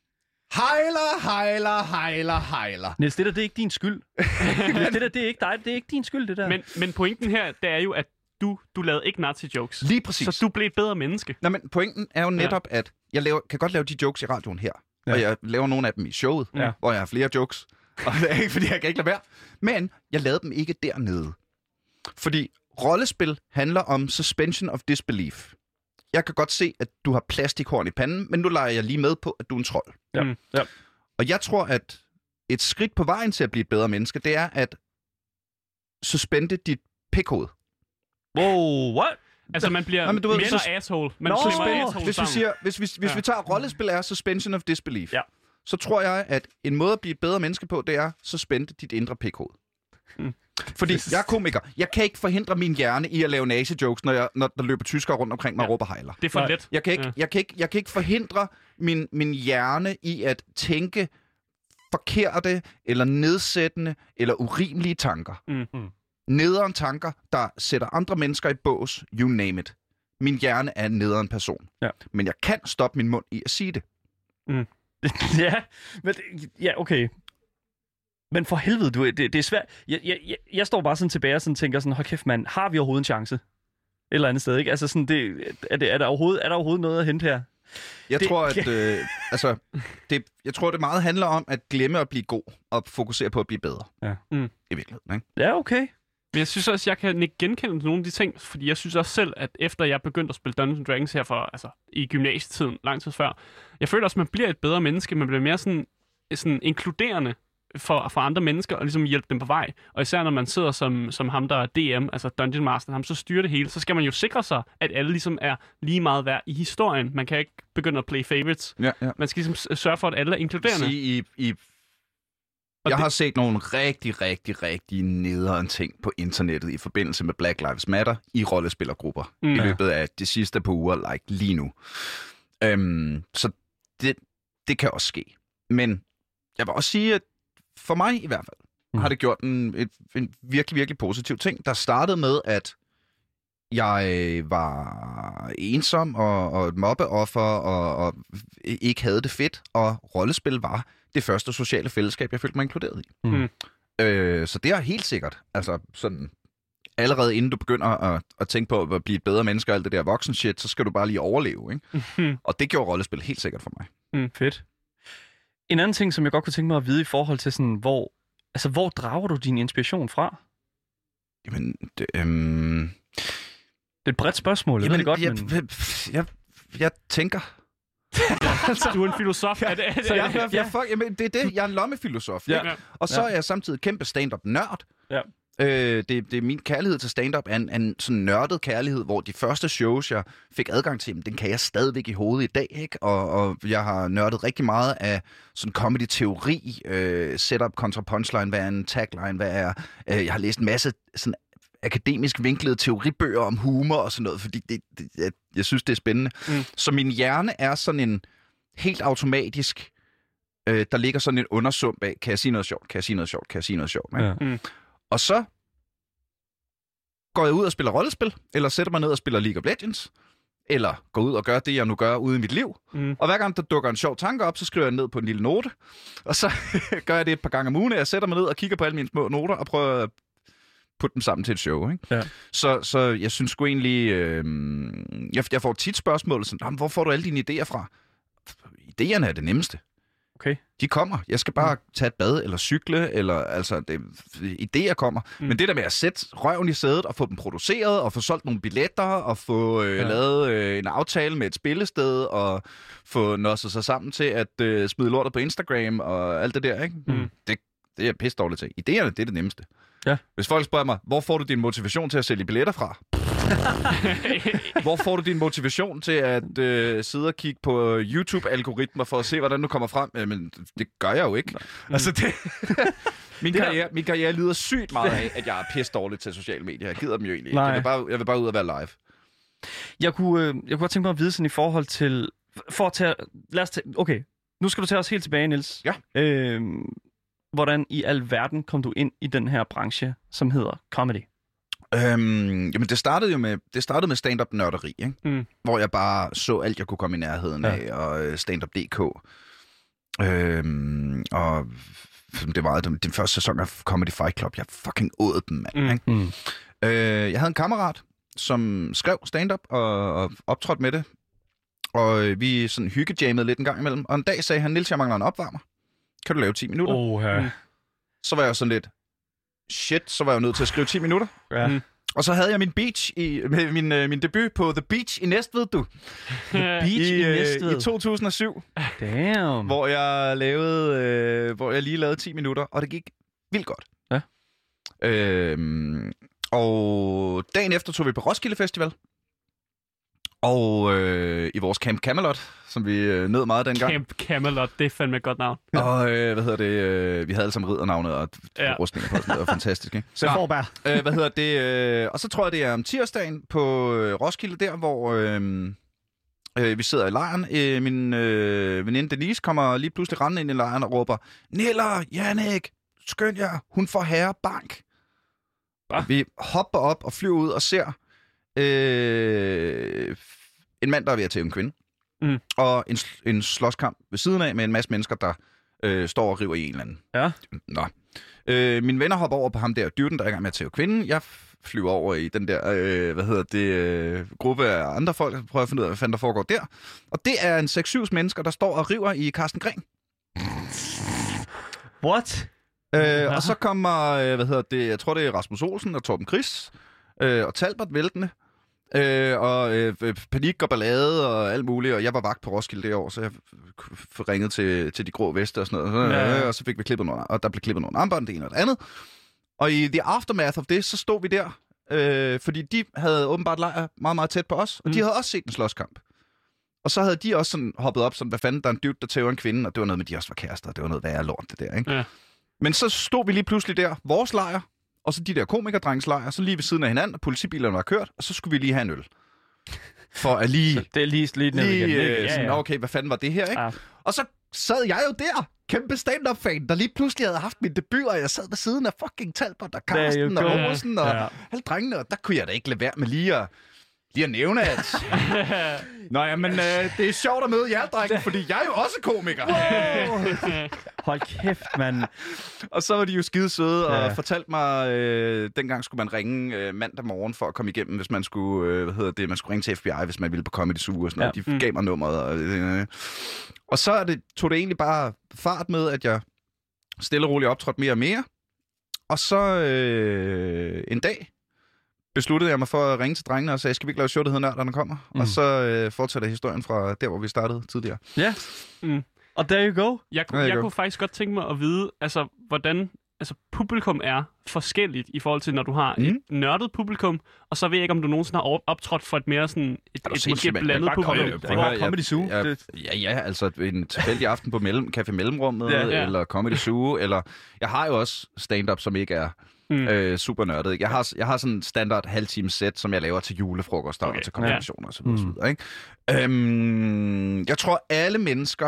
Heiler. Niels, det er ikke din skyld. det er ikke dig. Det er ikke din skyld, det der. Men pointen her, det er jo, at du lavede ikke nazi-jokes. Lige præcis. Så du blev et bedre menneske. Nej, men pointen er jo netop, at jeg kan godt lave de jokes i radioen her. Ja. Og jeg laver nogle af dem i showet, hvor jeg har flere jokes. Og det er ikke, fordi jeg kan ikke lade være. Men jeg lavede dem ikke dernede. Fordi rollespil handler om suspension of disbelief. Jeg kan godt se, at du har plastikhorn i panden, men nu leger jeg lige med på, at du er en trold. Ja. Og jeg tror, at et skridt på vejen til at blive et bedre menneske, det er at suspende dit pikhoved. Wow, what? Altså, man bliver mindre asshole. Hvis vi tager rollespil er suspension of disbelief, så tror jeg, at en måde at blive et bedre menneske på, det er suspende dit indre pikhoved. Fordi jeg er komiker. Jeg kan ikke forhindre min hjerne i at lave nazi-jokes, når der løber tyskere rundt omkring mig og råber hejler. Det er for let. Jeg kan ikke forhindre min hjerne i at tænke forkerte, eller nedsættende, eller urimelige tanker. Nederen tanker, der sætter andre mennesker i bås, you name it. Min hjerne er en nederen person. Ja. Men jeg kan stoppe min mund i at sige det. Okay. Men for helvede, det er svært. Jeg står bare sådan tilbage og sådan tænker sådan, hold kæft mand, har vi overhovedet en chance? Et eller andet sted, ikke? Altså sådan, er der overhovedet noget at hente her? Jeg tror, det meget handler om at glemme at blive god og fokusere på at blive bedre. Ja. I virkeligheden, ikke? Ja, okay. Men jeg synes også, jeg kan ikke genkende nogle af de ting, fordi jeg synes også selv, at efter jeg begyndte at spille Dungeons & Dragons her i gymnasietiden, lang tid før, jeg føler også, at man bliver et bedre menneske, man bliver mere sådan inkluderende for andre mennesker, og ligesom hjælpe dem på vej. Og især når man sidder som ham, der er DM, altså Dungeon Master, ham så styrer det hele, så skal man jo sikre sig, at alle ligesom er lige meget værd i historien. Man kan ikke begynde at play favorites. Ja. Man skal ligesom sørge for, at alle er inkluderende. Jeg har set nogle rigtig nederen ting på internettet i forbindelse med Black Lives Matter i rollespillergrupper i løbet af de sidste par uger, lige nu. Så det kan også ske. Men jeg vil også sige, at for mig i hvert fald har det gjort en virkelig, virkelig positiv ting, der startede med, at jeg var ensom og et mobbeoffer og ikke havde det fedt, og rollespil var det første sociale fællesskab, jeg følte mig inkluderet i. Så det er helt sikkert. Altså sådan, allerede inden du begynder at tænke på at blive et bedre menneske og alt det der voksen shit, så skal du bare lige overleve, ikke? Og det gjorde rollespil helt sikkert for mig. Fedt. En anden ting, som jeg godt kunne tænke mig at vide i forhold til sådan, hvor drager du din inspiration fra? Jamen, det er et bredt spørgsmål, jamen, det godt, jeg tænker. Du er en filosof. Jamen, det er det. Jeg er en lommefilosof. Ja. Og så er jeg samtidig kæmpe stand-up-nørd. Ja. Det er min kærlighed til stand-up er en sådan nørdet kærlighed, hvor de første shows, jeg fik adgang til, den kan jeg stadigvæk i hovedet i dag, ikke? Og jeg har nørdet rigtig meget af sådan comedy-teori, setup kontra punchline, hvad er en tagline, hvad er... jeg har læst en masse sådan akademisk vinklede teoribøger om humor og sådan noget, fordi jeg synes, det er spændende. Så min hjerne er sådan en helt automatisk... der ligger sådan en undersump af, kan jeg sige noget sjovt, kan jeg sige noget sjovt, kan jeg sige noget sjovt, ikke? Og så går jeg ud og spiller rollespil, eller sætter mig ned og spiller League of Legends, eller går ud og gør det, jeg nu gør ude i mit liv. Og hver gang der dukker en sjov tanke op, så skriver jeg ned på en lille note, og så gør jeg det et par gange om ugen. Jeg sætter mig ned og kigger på alle mine små noter, og prøver at putte dem sammen til et show. Ikke? Ja. Så jeg synes sgu egentlig... jeg får tit spørgsmål, sådan, hvor får du alle dine idéer fra? Idéerne er det nemmeste. Okay. De kommer. Jeg skal bare tage et bad, eller cykle, eller altså, idéer kommer. Men det der med at sætte røven i sædet, og få dem produceret, og få solgt nogle billetter, og få lavet en aftale med et spillested, og få nosset sig sammen til at smide lortet på Instagram, og alt det der, ikke? Det er jeg pisse dårligt til. Idéerne, det er det nemmeste. Ja. Hvis folk spørger mig, hvor får du din motivation til at sælge billetter fra? Hvor får du din motivation til at sidde og kigge på YouTube-algoritmer for at se, hvordan du kommer frem? Jamen, det gør jeg jo ikke. Altså, det... min karriere lider sygt meget af, at jeg er pisse dårlig til sociale medier. Jeg gider dem jo egentlig ikke. Jeg vil bare ud og være live. Jeg kunne godt tænke mig at vide sådan i forhold til... Okay, nu skal du tage os helt tilbage, Niels. Ja. Hvordan i alverden kom du ind i den her branche, som hedder comedy? Jamen, det startede med stand-up nørderi, ikke? Hvor jeg bare så alt, jeg kunne komme i nærheden af, og stand-up.dk. Og det var den første sæson af Comedy Fight Club. Jeg fucking åd dem, mand. Jeg havde en kammerat, som skrev stand-up og optrådte med det. Og vi sådan hyggejammede lidt en gang imellem. Og en dag sagde han, Niels, jeg mangler en opvarmer. Kan du lave 10 minutter? Så var jeg sådan lidt... Shit, så var jeg nødt til at skrive 10 minutter. Ja. Og så havde jeg min debut på The Beach i Næstved, du. The Beach i Næstved? I 2007. Damn. Hvor jeg lige lavede 10 minutter, og det gik vildt godt. Ja. Og dagen efter tog vi på Roskilde Festival. Og i vores Camp Camelot, som vi nød meget dengang. Camp Camelot, det er fandme et godt navn. Og vi havde alle sammen riddernavne og rustninger på, det var fantastisk, ikke? Så Forberg. Og så tror jeg, det er om tirsdagen på Roskilde der, hvor vi sidder i lejren. Min veninde Denise kommer lige pludselig rendende ind i lejren og råber, Niller, Jannik, skynd jer, hun får herre bank. Vi hopper op og flyver ud og ser en mand, der er ved at tæve en kvinde. Og en slåskamp ved siden af med en masse mennesker, der står og river i en eller anden. Ja. Nå. Mine venner hopper over på ham der, dyren, der er i gang med at tæve kvinden. Jeg flyver over i den der, gruppe af andre folk, og prøver at finde ud af, hvad fanden der foregår der. Og det er en 6-7 mennesker, der står og river i Carsten Gren. What? Og så kommer, jeg tror det er Rasmus Olsen og Torben Chris og Talbot væltende. Panik og ballade og alt muligt, og jeg var vagt på Roskilde det år, så jeg ringede til de grå veste og sådan noget, og så fik vi klippet nogle, og der blev klippet nogle armbånd, det ene og det andet. Og i the aftermath of det, så stod vi der, fordi de havde åbenbart lejr meget, meget tæt på os, og de havde også set en slåskamp. Og så havde de også sådan hoppet op, sådan, hvad fanden, der er en dude, der tæver en kvinde, og det var noget med, de også var kærester, og det var noget værre lort, det der, ikke? Ja. Men så stod vi lige pludselig der, vores lejr, og så de der komikerdrengslejr, så lige ved siden af hinanden, og politibilerne var kørt, og så skulle vi lige have en øl. For at lige... Det er lige sådan, okay, hvad fanden var det her, ikke? Ja. Og så sad jeg jo der, kæmpe stand-up-fan, der lige pludselig havde haft min debut, og jeg sad ved siden af fucking Talbot og Carsten og Rosen og alle drengene, og der kunne jeg da ikke lade være med lige at nævne, at... Nå ja, men det er sjovt at møde jer, drenge, fordi jeg er jo også komiker. Hold kæft, mand. Og så var de jo skide søde og fortalte mig, dengang skulle man ringe mandag morgen for at komme igennem, hvis man skulle, man skulle ringe til FBI, hvis man ville på Comedy Zoo og sådan noget. De gav mig nummeret. Og så tog det egentlig bare fart med, at jeg stille og roligt optrådte mere og mere. Og så en dag besluttede jeg mig for at ringe til drengene og sagde, skal vi ikke lave show, der hedder Nørderne kommer? Og så fortsætter historien fra der, hvor vi startede tidligere. Ja. Og there you go. Jeg kunne faktisk godt tænke mig at vide, altså, hvordan publikum er forskelligt i forhold til, når du har et nørdet publikum, og så ved jeg ikke, om du nogensinde har optrådt for et mere sådan, et måske blandet publikum. Comedy Zoo. Ja, altså en tilfældig aften på Café Mellemrummet, eller Comedy Zoo, eller jeg har jo også stand-up, som ikke er super nørdet. Jeg har sådan en standard halvtime sæt, som jeg laver til julefrokoster og til konfirmationer og så videre, ikke? Jeg tror, alle mennesker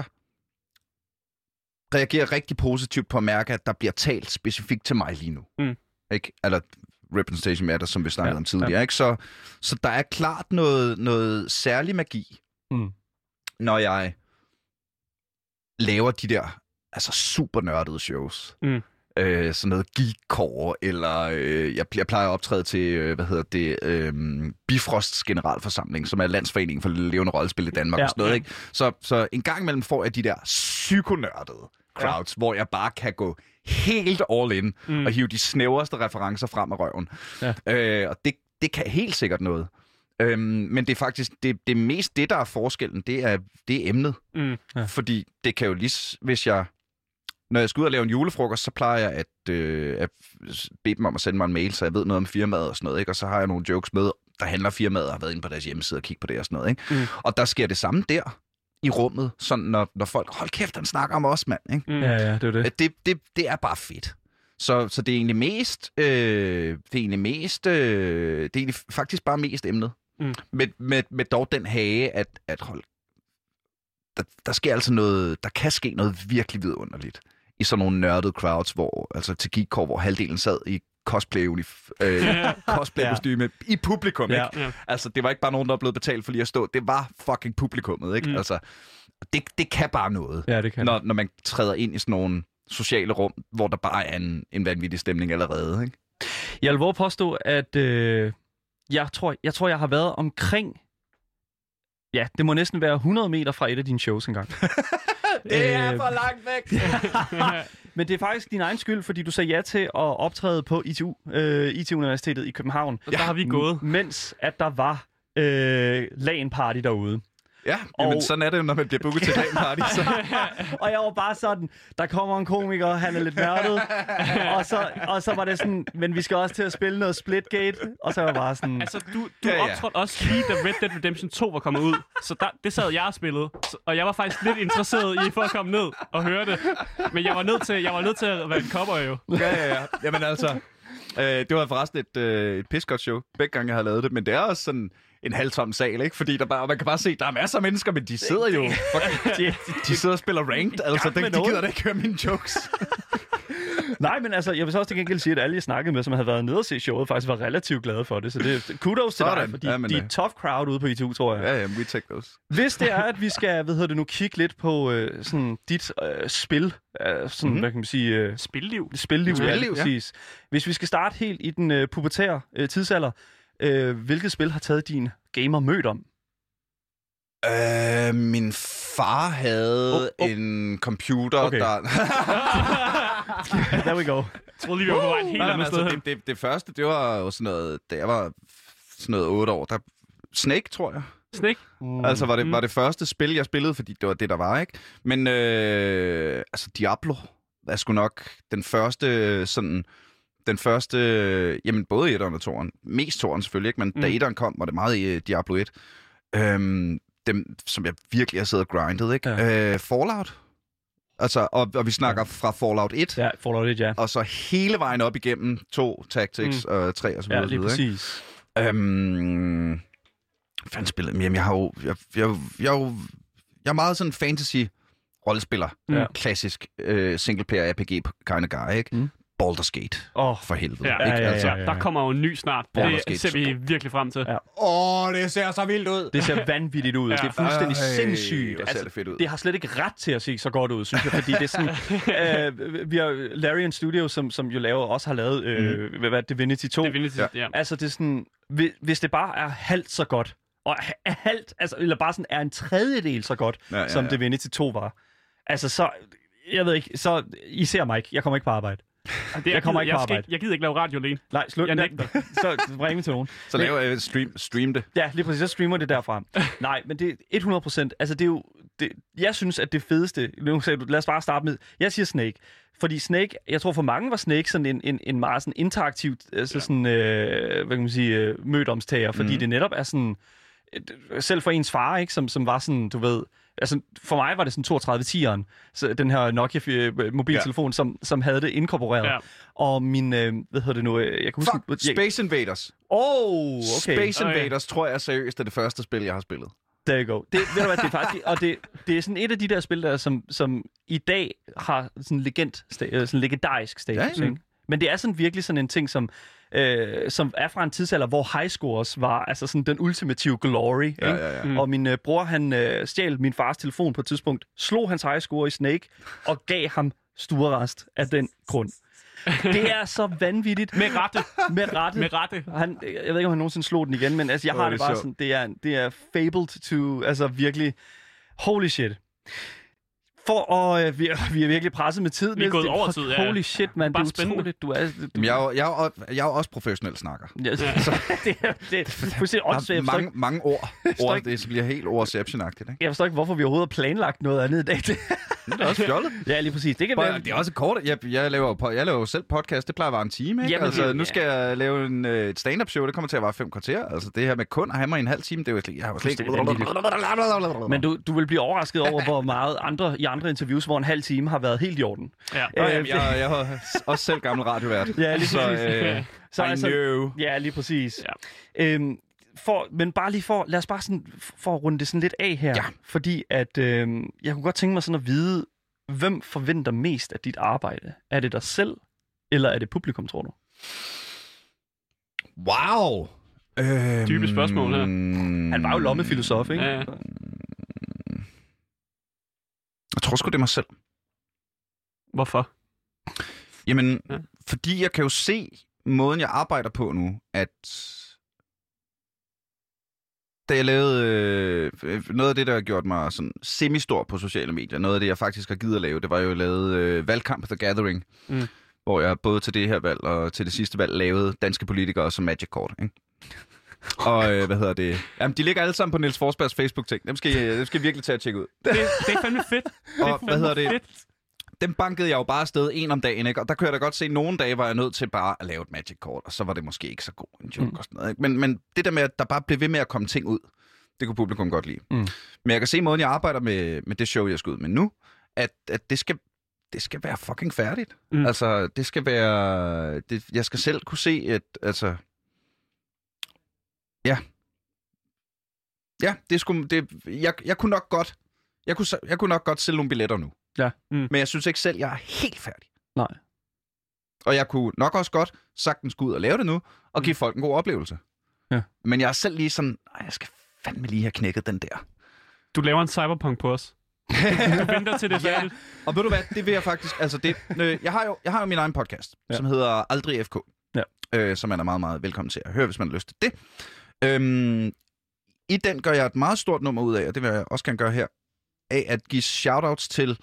reagerer rigtig positivt på at mærke, at der bliver talt specifikt til mig lige nu. Ikke? Eller Representation Matters, som vi snakkede om tidligere. Ikke? Så der er klart noget særlig magi, når jeg laver de der super nørdede shows. Sådan noget geekcore, eller jeg plejer at optræde til, Bifrosts generalforsamling, som er landsforeningen for levende rollespil i Danmark og sådan noget, ikke? Så en gang imellem får jeg de der psykonørdede crowds, hvor jeg bare kan gå helt all in og hive de snævreste referencer frem af røven. Og det kan helt sikkert noget. Men det er faktisk det mest det, der er forskellen, det er emnet. Fordi det kan jo lige, når jeg skal ud og lave en julefrokost, så plejer jeg at bede dem om at sende mig en mail, så jeg ved noget om firmaet og sådan noget, ikke? Og så har jeg nogle jokes med, der handler firmaet, og har været inde på deres hjemmeside og kigge på det og sådan noget, ikke? Og der sker det samme der i rummet, sådan når folk, hold kæft, han snakker om os, mand, ikke? Ja, det er det. Det er bare fedt. Så det er egentlig faktisk bare mest emnet. Med dog den hage, at hold, der sker altså noget, der kan ske noget virkelig vidunderligt i sådan nogle nørdede crowds, til geekcore, hvor halvdelen sad i cosplay-kostyme i publikum, ikke? Ja. Altså, det var ikke bare nogen, der var blevet betalt for lige at stå. Det var fucking publikummet, ikke? Altså, det kan bare noget, når man træder ind i sådan nogle sociale rum, hvor der bare er en vanvittig stemning allerede, ikke? Jeg vil våge påstå, at jeg tror, jeg har været omkring... Ja, det må næsten være 100 meter fra et af dine shows engang. Det er for langt væk! Men det er faktisk din egen skyld, fordi du sagde ja til at optræde på ITU, IT-universitetet i København. Der har vi gået. Mens at der var LAN-party derude. Ja, men sådan er det jo, når man bliver booket til LAN-party. Og jeg var bare sådan, der kommer en komiker, han er lidt nørdet. og så var det sådan, men vi skal også til at spille noget Splitgate. Og så var jeg bare sådan... Altså, du optrådte også lige, da Red Dead Redemption 2 var kommet ud. Så det sad jeg og spillede. Og jeg var faktisk lidt interesseret i for at komme ned og høre det. Men jeg var nødt til at være en cowboy jo. Ja. Jamen altså... det var forresten et pissegodt show, begge gange jeg har lavet det, men det er også sådan en halvtom sal, ikke? Fordi man kan bare se, der er masser af mennesker, men de sidder jo... de sidder og spiller ranked, altså de gider da ikke høre mine jokes. Nej, men altså, jeg vil så også til gengæld sige, at alle, jeg snakkede med, som havde været nede og se showet, faktisk var relativt glade for det. Så det kudos til dig, fordi de er tough crowd ude på ITU, tror jeg. Ja, we take those. Hvis det er, at vi skal, kigge lidt på sådan dit spil, sådan, hvad kan man sige... Spilliv, præcis. Hvis vi skal starte helt i den pubertære tidsalder, hvilket spil har taget din gamer mødt om? Min far havde en computer, der... There we go. Jeg troede lige, vi var på vej helt andet sted. Det første, det var jo sådan noget, da jeg var sådan noget 8 år, der... Snake, tror jeg. Snake? Altså var det første spil, jeg spillede, fordi det var det, der var, ikke? Men Diablo er sgu nok den første sådan... jamen både 1'eren og 2'eren. Mest 2'eren selvfølgelig, ikke? Men da 1'eren kom, var det meget i Diablo 1. Dem, som jeg virkelig har siddet og grindet, ikke? Ja. Fallout. Altså, og vi snakker fra Fallout 1. Ja, Fallout 1, ja. Og så hele vejen op igennem 2, Tactics og 3 og så videre. Ja, lige præcis. Fanden spillet. Jamen, jeg er meget sådan fantasy-rollespiller. Ja. Klassisk single-player RPG kind of guy, ikke? Baldur's Gate. For helvede. Ja, ikke? Altså, der kommer jo en ny snart. Det ser vi virkelig frem til. Ja. Det ser så vildt ud. Det ser vanvittigt ud. Ja. Det er fuldstændig sindssygt. Det ser det fedt ud. Det har slet ikke ret til at se så godt ud, synes jeg. Fordi det er sådan... vi har Larian Studio, som jo også har lavet Divinity 2. Divinity, ja. Altså, det er sådan... Hvis det bare er halvt så godt, og halvt, altså, eller bare sådan er en tredjedel så godt, som Divinity 2 var. Altså, så... Jeg ved ikke, så... I ser mig ikke. Jeg kommer ikke på arbejde. Jeg kommer ikke på arbejde. Jeg gider ikke lave radio alene. Nej, slut. Jeg nægter. Så bring mig til nogen. Så laver jeg stream det. Ja, lige præcis. Så streamer det derfra. Nej, men det er 100%. Altså, det er jo... jeg synes, at det fedeste... Lad os bare starte med... Jeg siger Snake. Fordi Snake... Jeg tror, for mange var Snake sådan en meget sådan interaktiv... Altså sådan... hvad kan man sige? Mødomstager. Fordi det netop er sådan... Selv for ens far, ikke? Som var sådan, du ved... Altså, for mig var det sådan 3210'eren, så den her Nokia-mobiltelefon, som havde det inkorporeret. Ja. Og min, jeg kan huske... Space Invaders. Okay. Space Invaders tror jeg seriøst er det første spil, jeg har spillet. There you go. Ved du hvad, det er faktisk... Og det er sådan et af de der spil, der som i dag har sådan legendarisk status, ikke? Men det er sådan virkelig sådan en ting, som er fra en tidsalder, hvor high scores var altså sådan den ultimative glory. Ikke? Ja. Og min bror, han stjal min fars telefon på et tidspunkt, slog hans high score i Snake og gav ham stuerrest af den grund. Det er så vanvittigt. Med rette. Med rette. Jeg ved ikke, om han nogensinde slog den igen, men altså, jeg har det bare sådan, det er fabled to, altså virkelig, holy shit. Vi er virkelig presset med tid. Vi er gået over tid, ja. Holy shit, man. Det er utroligt. Jeg er jo også professionel snakker. Ja. det er fuldstændig åndssvagt. Mange ord. Det bliver helt ordception-agtigt, ikke? Jeg forstår ikke, hvorfor vi overhovedet har planlagt noget andet i dag. Det er også fjollet. Ja, lige præcis. Det kan være... Det er også kort. Jeg laver jo selv podcast. Det plejer at være en time, ikke? Jamen, altså, nu skal jeg lave et stand-up show. Det kommer til at være 5 kvarter. Altså, det her med kun at have mig i en halv time, det er jo slet... Jeg har jo slet ikke... Men du vil blive overrasket over, hvor meget andre interviews, hvor en halv time har været helt i orden. Ja. Jeg har også selv gammel radiovært. Ja, lige præcis. Så altså, know. Ja, lige præcis. Ja. Men bare lige lad os bare sådan, for at runde det sådan lidt af her. Ja. Fordi at, jeg kunne godt tænke mig sådan at vide, hvem forventer mest af dit arbejde? Er det dig selv, eller er det publikum, tror du? Wow! Dybe spørgsmål her. Han var jo lommefilosof, ikke? Ja. Jeg tror sgu, det er mig selv. Hvorfor? Jamen, fordi jeg kan jo se måden, jeg arbejder på nu, at da jeg lavede noget af det, der har gjort mig sådan semi-stor på sociale medier, noget af det, jeg faktisk har givet at lave, det var jo lavet valgkamp The Gathering, hvor jeg både til det her valg og til det sidste valg lavede danske politikere som magic-kort, ikke? Og Jamen, de ligger alle sammen på Niels Forsbergs Facebook-ting. Dem skal I virkelig tage at tjekke ud. Det er fandme fedt. Og dem bankede jeg jo bare afsted en om dagen, ikke? Og der kunne jeg da godt se, at nogle dage var jeg nødt til bare at lave et magic-kort, og så var det måske ikke så god en joke og sådan noget, ikke? Men det der med, at der bare blev ved med at komme ting ud, det kunne publikum godt lide. Men jeg kan se måden, jeg arbejder med det show, jeg skal ud med nu, at det skal være fucking færdigt. Altså, det skal være... jeg skal selv kunne se, at... Altså, ja, det skulle... Jeg kunne nok godt... Jeg kunne nok godt sælge nogle billetter nu. Ja. Men jeg synes ikke selv, jeg er helt færdig. Nej. Og jeg kunne nok også godt sagtens gå ud og lave det nu, og give folk en god oplevelse. Ja. Men jeg er selv lige sådan, jeg skal fandme lige have knækket den der. Du laver en cyberpunk på os. Du venter til det færdigt. Og ved du hvad, det vil jeg faktisk... Altså jeg har jo min egen podcast, som hedder Aldrig FK. Ja. Som man er meget, meget velkommen til at høre, hvis man har lyst til det. I den gør jeg et meget stort nummer ud af, og det vil jeg også gerne gøre her, af at give shoutouts til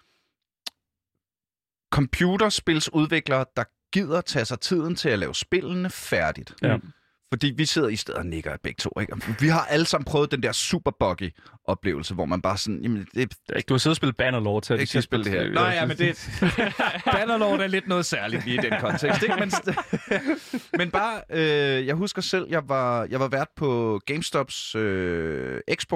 computerspilsudviklere, der gider tage sig tiden til at lave spillene færdigt. Ja. Fordi vi sidder i stedet og nikker af begge to, ikke? Vi har alle sammen prøvet den der super buggy oplevelse, hvor man bare sådan... Jamen, du har siddet og spillet Bannerlord til at spille det her. Nej, ja, men det... Bannerlord er lidt noget særligt lige i den kontekst, ikke? Men bare... jeg husker selv, jeg var vært på GameStops Expo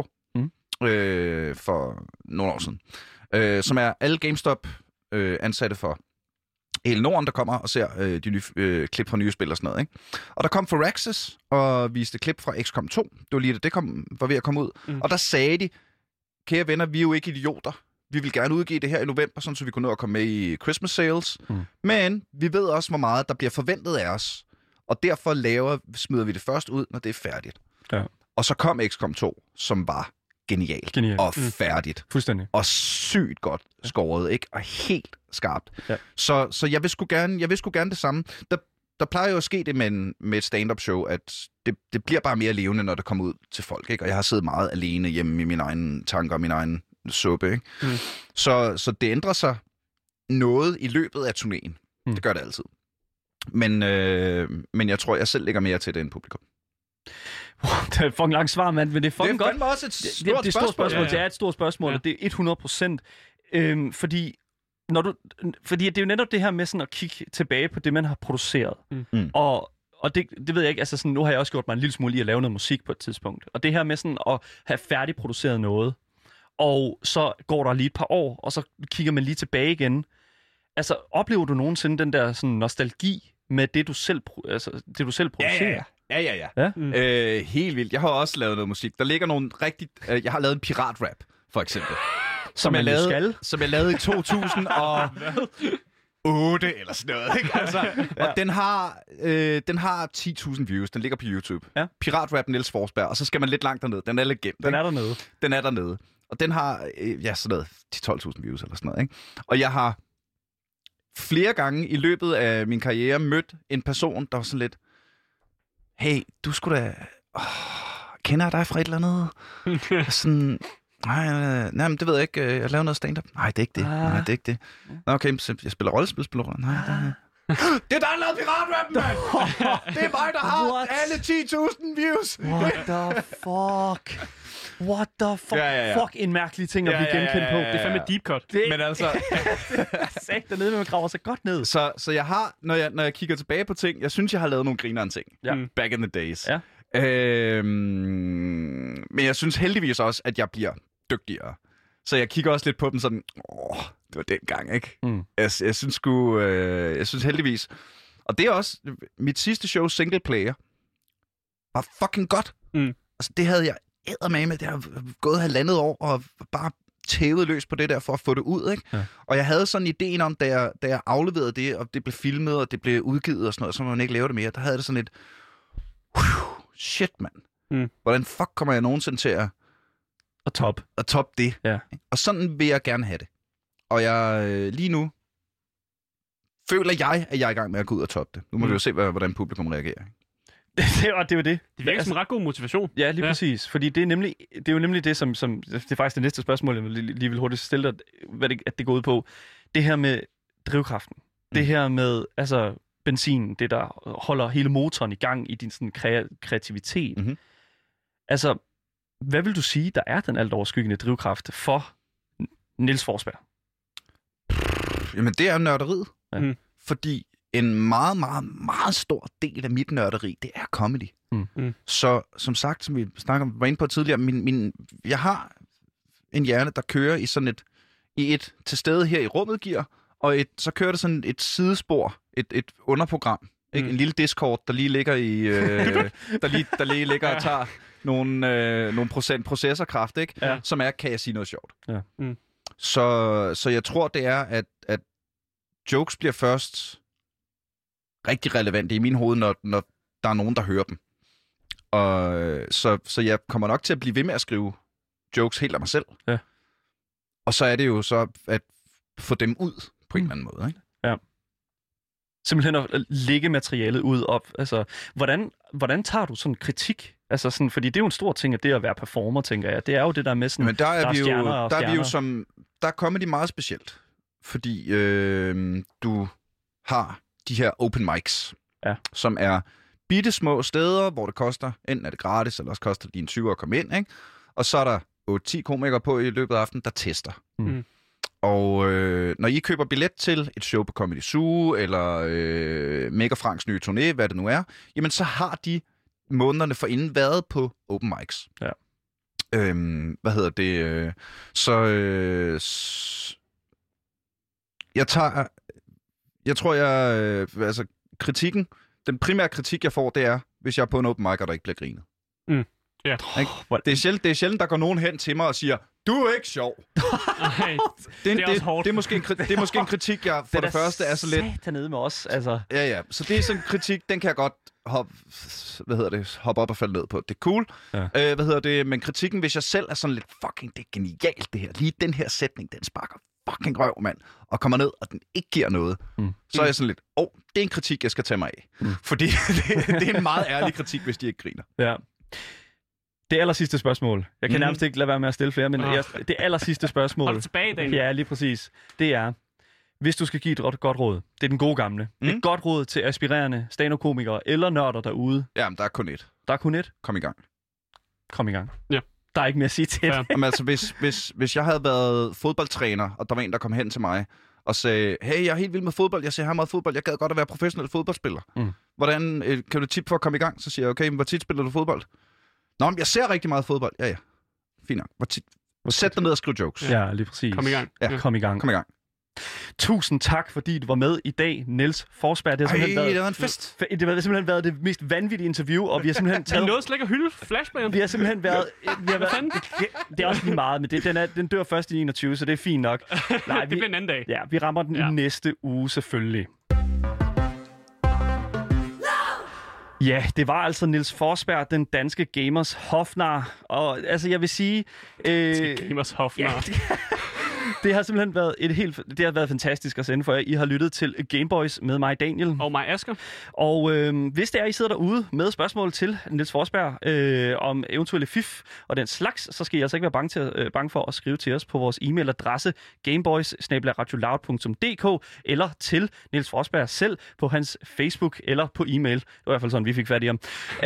for nogle år siden, som er alle GameStop ansatte for hele Norden, der kommer og ser de nye klip fra nye spil og sådan noget, ikke? Og der kom Firaxis og viste klip fra XCOM 2. Det var lige det var ved at komme ud. Og der sagde de, kære venner, vi er jo ikke idioter. Vi vil gerne udgive det her i november, sådan, så vi kunne nå at komme med i Christmas sales. Men vi ved også, hvor meget der bliver forventet af os. Og derfor smider vi det først ud, når det er færdigt. Ja. Og så kom XCOM 2, som var genialt. Og færdigt. Fuldstændig. Og sygt godt skåret, ikke? Og helt skarpt. Ja. Så jeg vil sgu gerne det samme. Der plejer jo at ske det med et stand-up show, at det bliver bare mere levende, når det kommer ud til folk, ikke? Og jeg har siddet meget alene hjemme i mine egne tanker og min egen suppe, ikke? Så det ændrer sig noget i løbet af turnéen. Det gør det altid. Men jeg tror, jeg selv lægger mere til det end publikum. Det er et fucking langt svar, mand, men det er fucking godt. Det er også et stort spørgsmål. Ja. Det er et stort spørgsmål, og det er 100%. Fordi det er jo netop det her med sådan at kigge tilbage på det, man har produceret. Og det ved jeg ikke, altså sådan, nu har jeg også gjort mig en lille smule i at lave noget musik på et tidspunkt. Og det her med sådan at have færdigproduceret noget, og så går der lige et par år, og så kigger man lige tilbage igen. Altså, oplever du nogensinde den der sådan nostalgi med det, du selv producerer? Ja. Helt vildt. Jeg har også lavet noget musik. Der ligger nogle rigtigt... jeg har lavet en piratrap, for eksempel. Som jeg lavede i 2000 og... 8 eller sådan noget, ikke? Altså, og den har 10.000 views. Den ligger på YouTube. Ja. Piratrap Niels Forsberg, og så skal man lidt langt derned. Den er lidt gemt. Den er dernede. Den er dernede. Og den har, sådan noget, 12.000 views eller sådan noget, ikke? Og jeg har flere gange i løbet af min karriere mødt en person, der var sådan lidt, hey, du skulle da... kender jeg dig fra et eller andet? Sådan... Nej, men det ved jeg ikke. Jeg laver noget stand-up. Nej, det er ikke det. Nej, det er ikke det. Nå, okay, så jeg spiller rollespil. Nej, det er... Det er dig, der lavede piratrappen, mand! Det er mig, der har alle 10.000 views! What the fuck? What the fuck? Ja. Fuck en mærkelig ting at blive genkendt på. Det er fandme deep cut. Men altså... Sæt dernede, men man graver sig godt ned. Så jeg har, når jeg kigger tilbage på ting, jeg synes, jeg har lavet nogle grineren ting. Ja. Back in the days. Ja. Men jeg synes heldigvis også, at jeg bliver dygtigere. Så jeg kigger også lidt på dem sådan, det var dengang, ikke? Jeg synes heldigvis. Og det er også, mit sidste show, Single Player, var fucking godt. Altså, det havde jeg eddermame. Det har gået 1,5 år og bare tævet løs på det der for at få det ud, ikke? Ja. Og jeg havde sådan ideen om, da jeg afleverede det, og det blev filmet, og det blev udgivet og sådan noget, så må man ikke lave det mere. Der havde det sådan et, shit, mand. Hvordan fuck kommer jeg nogensinde til at top det? Ja. Og sådan vil jeg gerne have det. Og jeg lige nu føler jeg, at jeg er i gang med at gå ud og toppe det. Nu må vi jo se, hvordan publikum reagerer. Det er jo det. Det virker som en ret god motivation. Ja, lige præcis. Fordi det er jo nemlig det, som det er faktisk det næste spørgsmål, jeg lige vil hurtigt stille dig, at det går ud på. Det her med drivkraften. Det her med benzin, det der holder hele motoren i gang i din sådan kreativitet. Altså, hvad vil du sige, der er den alt overskyggende drivkraft for Niels Forsberg? Jamen, det er nørderiet. Ja. Fordi en meget, meget, meget stor del af mit nørderi, det er comedy. Så som sagt, som vi var inde på tidligere, jeg har en hjerne, der kører i sådan et til stede her i rummet gear, og så kører det sådan et sidespor, et underprogram. Ikke? En lille Discord, der lige ligger i... der lige ligger og tager nogle procent processorkraft, ikke? Ja. Som kan jeg sige noget sjovt. Ja. Så jeg tror, det er, at jokes bliver først rigtig relevante i min hoved, når der er nogen, der hører dem. Og så jeg kommer nok til at blive ved med at skrive jokes helt af mig selv. Ja. Og så er det jo så at få dem ud på en eller anden måde, ikke? Ja. Simpelthen at lægge materialet ud op. Altså, hvordan tager du sådan kritik? Altså sådan, fordi det er jo en stor ting, at det at være performer, tænker jeg. Det er jo det der med sådan, men der er vi jo som... Der er comedy meget specielt. Fordi du har de her open mics, som er bittesmå steder, hvor det koster, enten er det gratis, eller også koster det en 20 at komme ind, ikke? Og så er der 8-10 komikere på i løbet af aftenen, der tester. Og når I køber billet til et show på Comedy Zoo, eller Mega Franks nye turné, hvad det nu er, jamen så har de månederne forinden været på open mics. Ja. Kritikken, den primære kritik, jeg får, det er, hvis jeg er på en open mic, og der ikke bliver grinet. Ja. Det er sjældent, der går nogen hen til mig og siger, du er ikke sjov. Det er også hårdt. Det er måske en kritik, jeg for det første er så lidt... Det er nede med os, altså. Ja. Så det er sådan en kritik, den kan jeg godt hoppe op og falde ned på. Det er cool. Ja. Men kritikken, hvis jeg selv er sådan lidt, fucking, det er genialt det her. Lige den her sætning, den sparker fucking røv, mand. Og kommer ned, og den ikke giver noget. Så er jeg sådan lidt, det er en kritik, jeg skal tage mig af. Fordi det er en meget ærlig kritik, hvis de ikke griner. Ja. Det aller sidste spørgsmål. Jeg kan nærmest ikke lade være med at stille flere, men det aller sidste spørgsmål. Hold tilbage, Daniel. Ja, lige præcis. Det er, hvis du skal give et godt råd, det er den gode gamle. Et godt råd til aspirerende stand-up-komikere eller nørder derude. Jamen, der er kun et. Der er kun et? Kom i gang. Ja. Der er ikke mere at sige til det. Jamen, altså, hvis jeg havde været fodboldtræner, og der var en, der kom hen til mig og sagde, hey, jeg er helt vild med fodbold, jeg ser her meget fodbold, jeg gad godt at være professionel fodboldspiller. Hvordan kan du tippe for at komme i gang? Så siger jeg, okay, men hvor tit spiller du fodbold? Nå, men jeg ser rigtig meget fodbold. Ja. Fint nok. Sæt dig ned og skriv jokes. Ja, lige præcis. Kom i gang. Ja. Kom i gang. Tusind tak, fordi du var med i dag, Niels Forsberg. Det var en fest. Det har simpelthen været det mest vanvittige interview, og vi har simpelthen taget... Vi nåede slet ikke at hylde Flashback. Vi har simpelthen været... Det er også lige meget, men den dør først i 21, så det er fint nok. Nej, det bliver en anden dag. Ja, vi rammer den i næste uge selvfølgelig. Ja, det var altså Niels Forsberg, den danske gamers hofnar. Og altså, jeg vil sige... Gamers hofnar. Ja, det har simpelthen været det har været fantastisk at sende for jer. I har lyttet til Gameboys med mig, Daniel. Og mig, Asger. Og hvis det er, I sidder derude med spørgsmål til Niels Forsberg om eventuelle fif og den slags, så skal I altså ikke være bange for at skrive til os på vores e-mailadresse gameboys@radioloud.dk eller til Niels Forsberg selv på hans Facebook eller på e-mail. Det var i hvert fald sådan, vi fik fat i ham.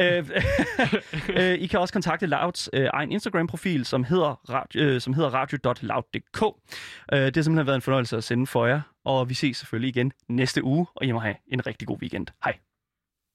I kan også kontakte Louds egen Instagram-profil, som hedder radio.loud.dk. Det har simpelthen været en fornøjelse at sende for jer, og vi ses selvfølgelig igen næste uge, og I må have en rigtig god weekend. Hej.